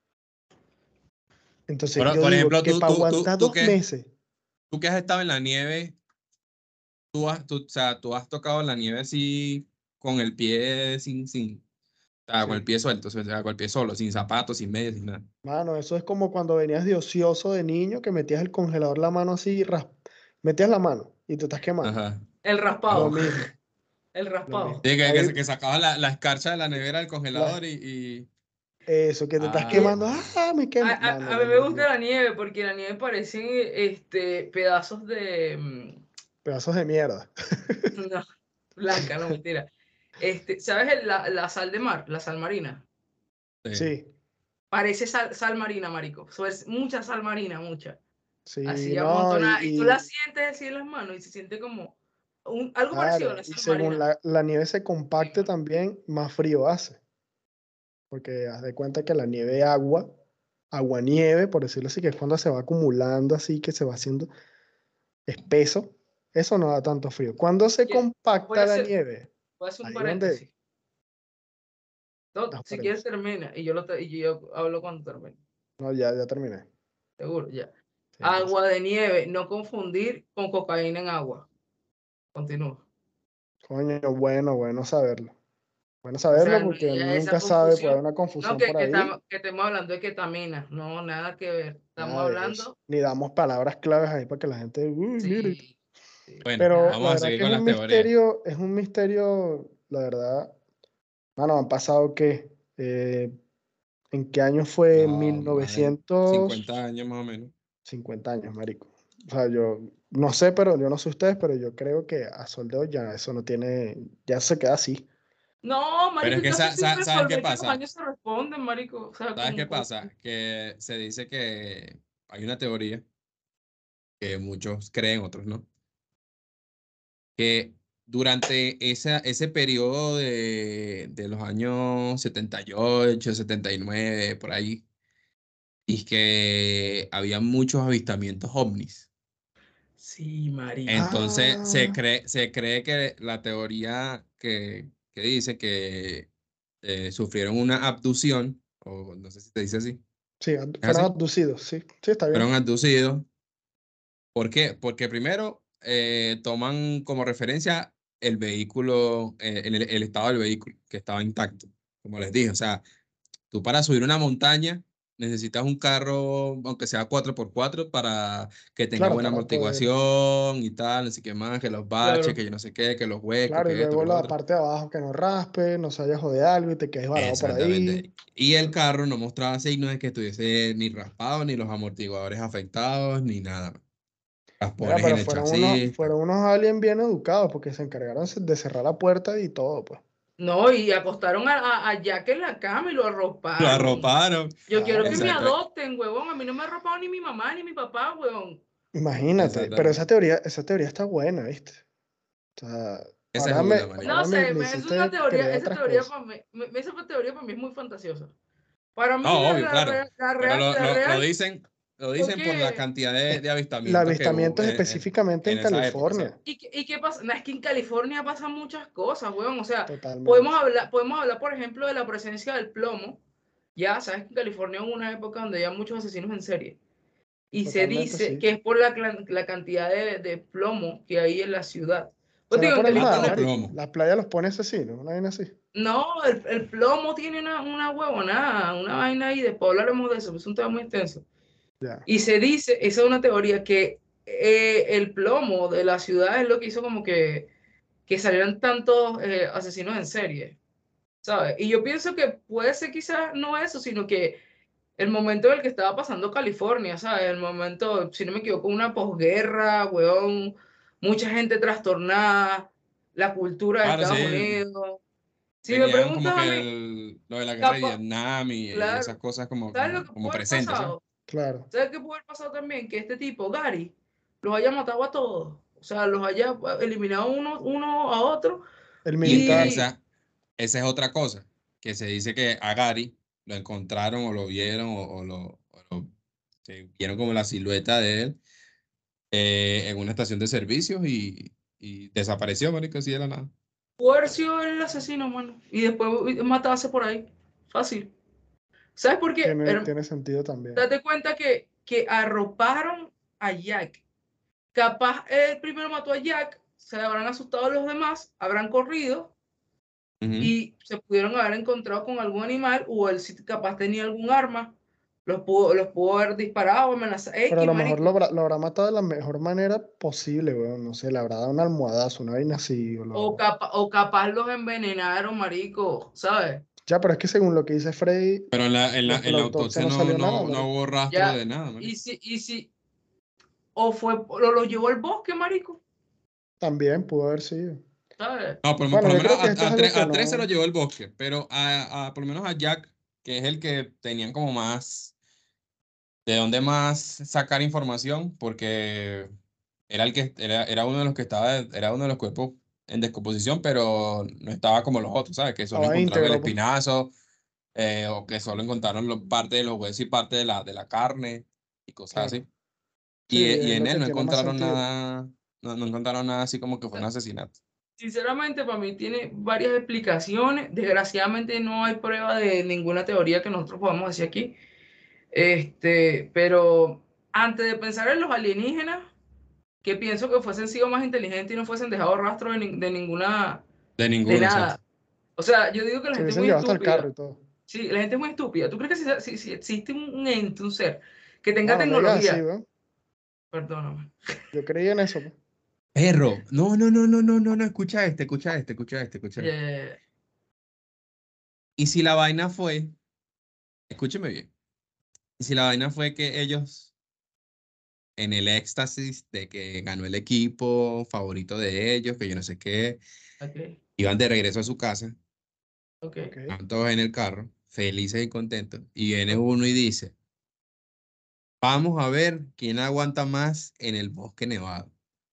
Entonces Por, yo por digo ejemplo, que tú, para tú, tú, aguantar tú, dos que, meses, tú que has estado en la nieve, tú has, tú, o sea, tú has tocado en la nieve así con el pie sin, sin, o sea, con el sí. pie suelto, o sea, con el pie solo, sin zapatos, sin medias, sin nada. Mano, eso es como cuando venías de ocioso de niño que metías el congelador la mano así y ras- metías la mano y te estás quemando. Ajá. El Lo raspado. mismo, El lo mismo. raspado. Sí, que, que, Ahí, que sacabas la, la escarcha de la nevera del la- congelador y, y... eso, que te estás Ah, quemando. marico. ¡Ah, me A, quemo! a- Mano, a lo mí me gusta mismo. la nieve porque la nieve parece este, pedazos de... mm, Pedazos de mierda. No, blanca, no, mentira. Este, ¿sabes el- la, la sal de mar? La sal marina. Sí. Sí, Parece sal, sal marina, marico. Eso es mucha sal marina, mucha. sí, Así no, y, amontonada. Y tú la y sientes así en las manos y se siente como un, algo parecido a claro, la y sal según marina. la, la nieve se Sí, compacte mano. también, más frío hace. Porque haz de cuenta que la nieve agua, agua nieve, por decirlo así, que es cuando se va acumulando así, que se va haciendo espeso, eso no da tanto frío. Cuando se ¿Quieres? Voy a compacta la hacer, nieve, voy a hacer un ahí es donde... paréntesis. No, ah, si quieres paréntesis. termina y yo, lo te- y yo hablo cuando termine. No, ya, ya terminé. Seguro, ya. Sí, entonces, Agua de nieve, no confundir con cocaína en agua. Continúa. coño, bueno, bueno saberlo. Bueno O saberlo sea, no porque uno haya esa nunca sabe, puede confusión. haber una No, confusión que, por que, ahí. estamos, que estemos hablando de ketamina. No, nada que ver. Estamos Nada de eso. hablando. Ni damos palabras claves ahí para que la gente, uy, mire. Sí, sí, Bueno, Pero nada. la vamos a verdad seguir que es con un las teorías. misterio, es un misterio, la verdad. Mano, han pasado qué, Eh, ¿en qué año fue? No, más de mil novecientos cincuenta años más o menos. cincuenta años, marico. O sea, yo no sé, pero yo no sé ustedes, pero yo creo que a sol de hoy ya eso no tiene, ya se queda así. No, Pero marico, es hay que, casos sa- sin sa- ¿sabes qué resolver que los pasa? años se responden, marico. O sea, ¿Sabes qué como, como... pasa? Que se dice que hay una teoría que muchos creen, otros no, que durante esa, ese periodo de, de los años setenta y ocho, setenta y nueve, por ahí, y que había muchos avistamientos ovnis. Sí, marico. Entonces se Ah, cree, se cree que la teoría que, que dice que eh, sufrieron una abducción, o no sé si te dice así, Sí, abdu- ¿Es fueron así? abducidos, sí. Sí, está bien. Fueron abducidos. ¿Por qué? Porque primero eh, toman como referencia el vehículo, eh, el, el estado del vehículo, que estaba intacto, como les dije. O sea, tú para subir una montaña necesitas un carro, aunque sea cuatro por cuatro, para que tenga Claro, buena para poder. amortiguación y tal, así que más, que los baches, Claro. que yo no sé qué, que los huecos, Claro, y que esto, que luego lo la otro. parte de abajo que no raspe, no se vaya a joder algo y te quedes varado por Exactamente. ahí. Y el carro no mostraba signos de que estuviese ni raspado, ni los amortiguadores afectados, ni nada. Las Mira, pones en pero el fueron unos, chasis. fueron unos aliens bien educados porque se encargaron de cerrar la puerta y todo, pues. No, y acostaron a, a, a Jack en la cama y lo Lo arroparon. arroparon. Yo quiero que me Claro, Exacto. adopten, huevón. A mí no me ha arropado ni mi mamá ni mi papá, huevón. imagínate, pero Exactamente. esa teoría, esa teoría está buena, ¿viste? O sea, Esa es ahora me, una, marico. No ahora me, sé, me me- es una hiciste teoría, creer esa otras teoría cosas. para mí, me- esa teoría para mí es muy fantasiosa. Para mí No, la, obvio, la, claro. real, la Pero real, lo, la lo, lo real, dicen, lo dicen por la porque, cantidad de, Es- de el avistamientos que hubo avistamiento es en, en- específicamente en en esa época, ¿sabes? California, ¿y, qué- y qué pasa? No, es que en California pasan muchas cosas, huevón. O sea, podemos totalmente. hablar, podemos hablar, por ejemplo, de la presencia del plomo. Ya, sabes que en California hubo una época donde había muchos asesinos en serie. Y se Totalmente dice sí. que es por la, clan- la cantidad de, de plomo que hay en la ciudad. Pues Será digo, en por el mar, Plata o California, marico. plomo. Las playas los pone asesinos, una vaina así. no, el, el plomo tiene una, una huevonada, una vaina ahí, después hablaremos de eso, es un tema muy extenso. Ya. Y se dice, esa es una teoría, que eh, el plomo de la ciudad es lo que hizo como que, que salieran tantos eh, asesinos en serie, ¿sabes? Y yo pienso que puede ser quizás no eso, sino que el momento en el que estaba pasando California, ¿sabes? El momento, si no me equivoco, una posguerra, weón, mucha gente trastornada, la cultura de Claro, Estados sí. Unidos. Si me Tenían como preguntas a que mí, el- lo de la guerra de capaz, Vietnam y, y esas claro, cosas como, ¿sabes lo como, que como puede haber presentes, ¿sabes? pasado? Claro. ¿Sabes qué puede haber pasado también? Que este tipo, Gary, los haya matado a todos. O sea, los haya eliminado uno, uno a otro. El Y es que militar. Y esa, esa es otra cosa, que se dice que a Gary lo encontraron o lo vieron o, o lo, o lo- se vieron como la silueta de él eh, en una estación de servicios y, y desapareció, marico, así de la nada. puede haber sido el asesino, mano. Y después matarse por ahí. Fácil. ¿Sabes por qué? Tiene, Herm- tiene sentido también. Date cuenta que, que arroparon a Jack. Capaz él primero mató a Jack, se habrán asustado los demás, habrán corrido Ujú. y se pudieron haber encontrado con algún animal o él si capaz tenía algún arma, los pudo, los pudo haber disparado, amenazado. Pero a X, lo mejor lo marico. habrá, lo habrá matado de la mejor manera posible, weón. No sé, le habrá dado un almohadazo, una vaina así. O O, lo... capa, o capaz los envenenaron, marico, ¿sabes? Ya, pero es que según lo que dice Freddy, Pero en la, en la, después de en la la autopsia autopsia no no, salió nada, no, no marico. hubo rastro Ya, de nada, y marico. si, y si, o fue, lo, lo llevó al bosque, marico, También pudo haber sido. ¿sabes? No, por, por Bueno, lo yo menos creo que a, esto es a, algo tres, que a tres se lo no. llevó el bosque, pero a, a- por lo menos a Jack, que es el que tenían como más, de dónde más sacar información, porque era el que era, era uno de los que estaba, era uno de los cuerpos en descomposición, pero no estaba como los otros, ¿sabes? Que solo Estaba encontraron el íntegro, pues. espinazo, eh, o que solo encontraron lo- parte de los huesos y parte de la, de la carne y cosas Claro. así. Sí, Y, y es en lo él que no tiene más encontraron sentido. nada, no, no encontraron nada así como que fue un asesinato. Sinceramente, para mí tiene varias explicaciones. Desgraciadamente no hay prueba de ninguna teoría que nosotros podamos decir aquí. Este, pero antes de pensar en los alienígenas, que pienso que fuesen sido más inteligentes y no fuesen dejado rastro de, ni- de ninguna, De de ninguno, exacto. nada. O sea, yo digo que la Se gente es hubiesen muy llevado hasta el carro estúpida. y todo. Sí, la gente es muy estúpida. ¿Tú crees que si, si- si existe un, un ente, un ser, que tenga No, no me digas así, tecnología? weón. Perdóname. Yo creí en eso, pues. Perro, no, no, no, no, no, no, no, escucha este, escucha este, escucha este, escucha este. Eh, Y si la vaina fue, escúcheme bien, y si la vaina fue que ellos, en el éxtasis de que ganó el equipo favorito de ellos, que yo no sé qué, ok, iban de regreso a su casa, ok, Ok. estaban todos en el carro, felices y contentos, y viene ok. uno y dice, vamos a ver quién aguanta más en el bosque nevado,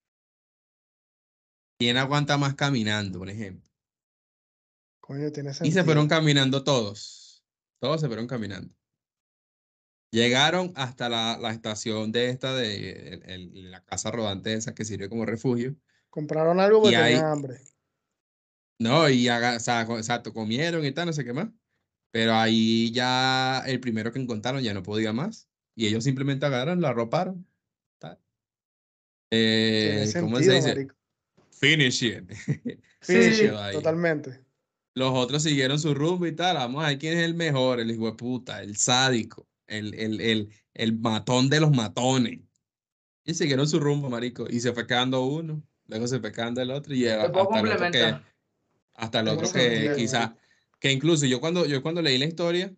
quién aguanta más caminando, por ejemplo. Coño, tiene Y se fueron sentido. caminando todos, todos se fueron caminando. Llegaron hasta la, la estación de esta, de el- el- la casa rodante esa que sirve como refugio. Compraron algo Y porque tenían ahí, hambre. no, y haga, o sea, co- exacto, comieron y tal, no sé qué más. Pero ahí ya el primero que encontraron ya no podía más. Y ellos simplemente agarran, lo arroparon. tal. Tiene Eh, ¿cómo se sentido, dice? marico. Finish it. Finish Sí, it, Ahí. totalmente. Los otros siguieron su rumbo y tal. Vamos a ver quién es el mejor, el hijo de puta, el sádico, el, el, el, el matón de los matones. Y siguieron su rumbo, marico. Y se fue quedando uno, luego se fue quedando el otro, y era te puedo hasta el otro que, complementar. hasta el Tiene otro que sentido, quizá, marico. que incluso yo cuando, yo cuando leí la historia,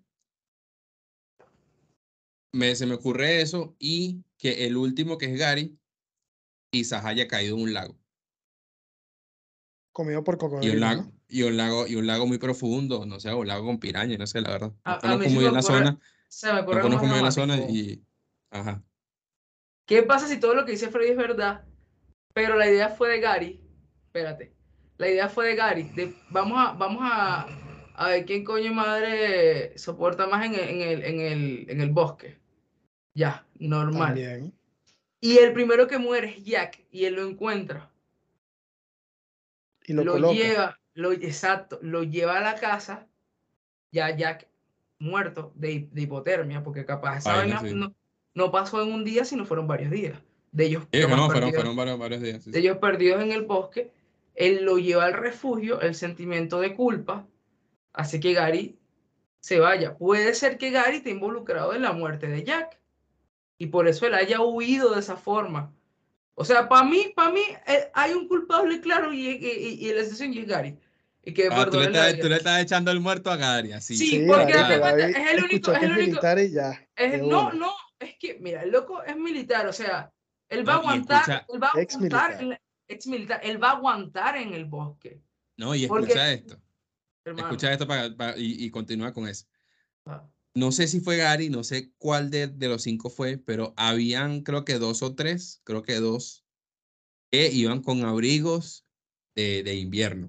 me, se me ocurre eso, y que el último, que es Gary, quizás haya caído en un lago. Comido por Y un cocodrilos, lago, ¿no? y un lago, y un lago muy profundo, no sé, un lago con piraña, no sé, la verdad. No A, a mí conozco sí muy me bien la ocurre, zona, se me no ocurre algo más conozco muy bien la zona dramático. y, ajá. ¿Qué pasa si todo lo que dice Freddy es verdad? Pero la idea fue de Gary. Espérate. La idea fue de Gary. De, vamos a, vamos a, a ver quién coño madre soporta más en el, en el, en el, en el bosque. Ya, normal. También. Y el primero que muere es Jack y él lo encuentra. Y lo Lo coloca. lleva, lo, exacto, lo lleva a la casa. Ya Jack muerto de, de hipotermia, porque capaz esa Vaina, vaina sí. no, no pasó en un día, sino fueron varios días. De ellos, Sí, lo que más no, fueron, perdidos, fueron varios, varios días. Sí, de sí. ellos perdidos en el bosque. Él lo lleva al refugio, el sentimiento de culpa hace que Gary se vaya. Puede ser que Gary esté involucrado en la muerte de Jack y por eso él haya huido de esa forma. O sea, para mí, para mí eh, hay un culpable claro y, y, y, y la excepción y es Gary. Y que Ah, tú le perdone la estás, tú vida. le estás echando el muerto a Gary, así. Sí, Sí, porque marico, date Claro. cuenta, Gaby es el único, escuchó es que el es único, militar y ya, es, de no, una. no, es que, mira, el loco es militar, o sea, él va a No, y aguantar, escucha, él va a Ex aguantar, militar. en la- ex militar, él va a aguantar en el bosque. no, y Porque, escucha esto. hermano, Escucha esto para, para- y, y continúa con eso. ah, No sé si fue Gary, no sé cuál de, de los cinco fue, pero habían creo que dos o tres, creo que dos, que iban con abrigos de, de invierno.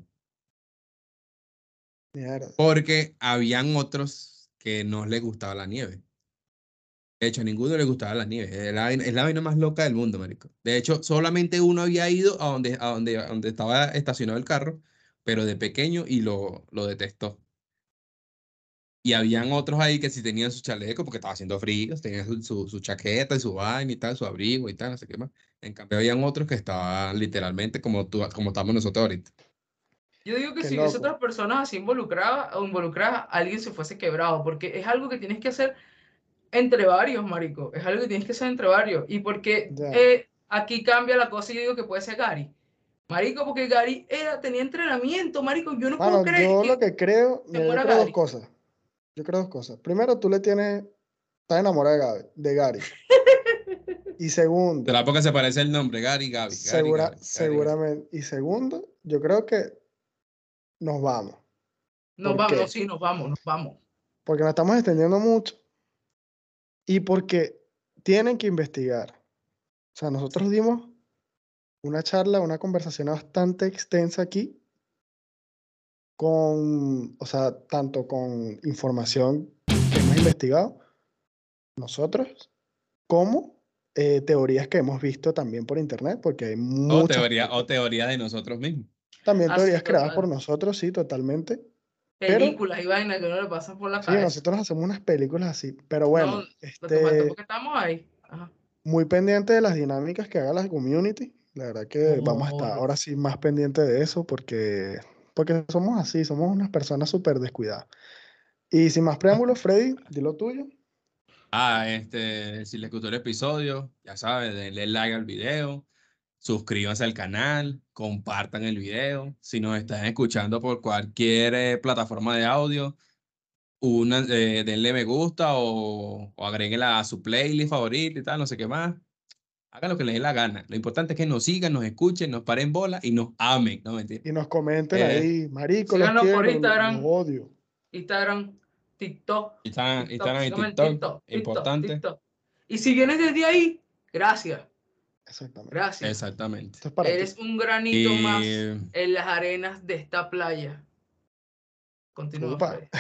Mierda. Porque habían otros que no les gustaba la nieve. De hecho, a ninguno le gustaba la nieve. Es la, vaina- es la vaina más loca del mundo, marico. De hecho, solamente uno había ido a donde, a donde, a donde estaba estacionado el carro, pero de pequeño, y lo, lo detestó. Y habían otros ahí que sí tenían su chaleco porque estaba haciendo frío, tenían su, su, su chaqueta y su vaina y tal, su abrigo y tal, no sé qué más. En cambio, habían otros que estaban literalmente como, tú, como estamos nosotros ahorita. yo digo que Qué si hubiese otras loco. personas así involucradas o involucradas, alguien se fuese quebrado, porque es algo que tienes que hacer entre varios, marico, es algo que tienes que hacer entre varios. Y porque Ya. eh, aquí cambia la cosa y yo digo que puede ser Gary. Marico, porque Gary era, tenía entrenamiento, marico, yo no puedo Mano, creer yo lo que que creo, se mira, yo muera creo dos Gary. cosas. Yo creo dos cosas. Primero, tú le tienes, estás enamorada de Gaby, de Gary. Y segundo, Será porque se parece el nombre, Gary, Gaby, Gary, segura, Gaby, Gary, Gaby. seguramente. Y segundo, yo creo que nos vamos. Nos ¿Por vamos, no, qué? sí, nos vamos, nos vamos. Porque nos estamos extendiendo mucho y porque tienen que investigar. O sea, nosotros dimos una charla, una conversación bastante extensa aquí con, o sea, tanto con información que hemos investigado nosotros, como eh, teorías que hemos visto también por internet, porque hay O muchas teoría, o teorías. teoría de nosotros mismos. También Así, teorías creadas por total. nosotros, sí, totalmente. Pero Películas y vainas que no le pasan por la sí, cabeza. nosotros hacemos unas películas así. Pero No, bueno, lo que falta este, porque estamos ahí. Ajá. muy pendiente de las dinámicas que haga la community. La verdad que vamos a estar Obvio. ahora sí más pendiente de eso porque, porque somos así, somos unas personas súper descuidadas. Y sin más preámbulos, Freddy, di lo tuyo. Ah, este, si les gustó el episodio, ya saben, denle like al video, suscríbanse al canal, compartan el video. Si nos están escuchando por cualquier eh, plataforma de audio, una, eh, denle me gusta o, o agréguenla a su playlist favorita y tal, no sé qué más. Hagan lo que les dé la gana. Lo importante es que nos sigan, nos escuchen, nos paren bola y nos amen. No, mentira. Y nos comenten Eh, ahí, marico, los Síganos por quiero, lo- los Instagram, odio. Instagram, TikTok, Instagram, TikTok. Instagram y Síganme en TikTok, TikTok, TikTok, importante. TikTok. Y si vienes desde ahí, gracias, Exactamente. gracias. Exactamente. Esto es para Eres ti. un granito más Y en las arenas de esta playa. Continúa, Upa. Freddy.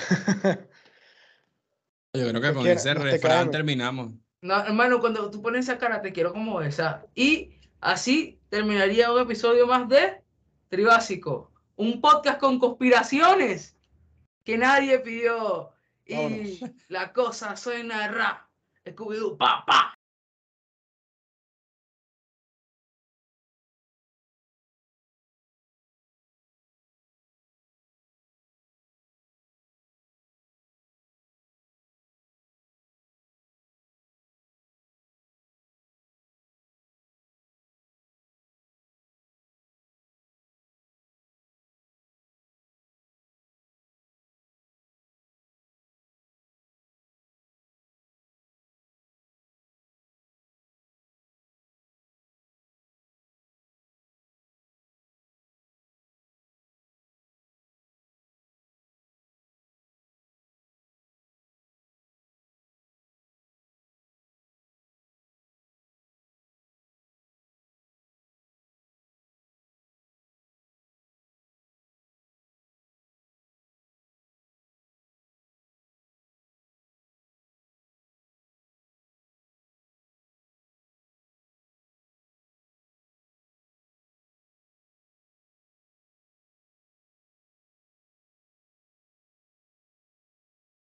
yo creo que Te con quiero, ese los refrán T K M. terminamos. No, hermano, cuando tú pones esa cara, te quiero como esa. Y así terminaría un episodio más de Tribásico, un podcast con conspiraciones que nadie pidió. Y Vámonos. la cosa suena ra. Scooby-Doo, pa, pa.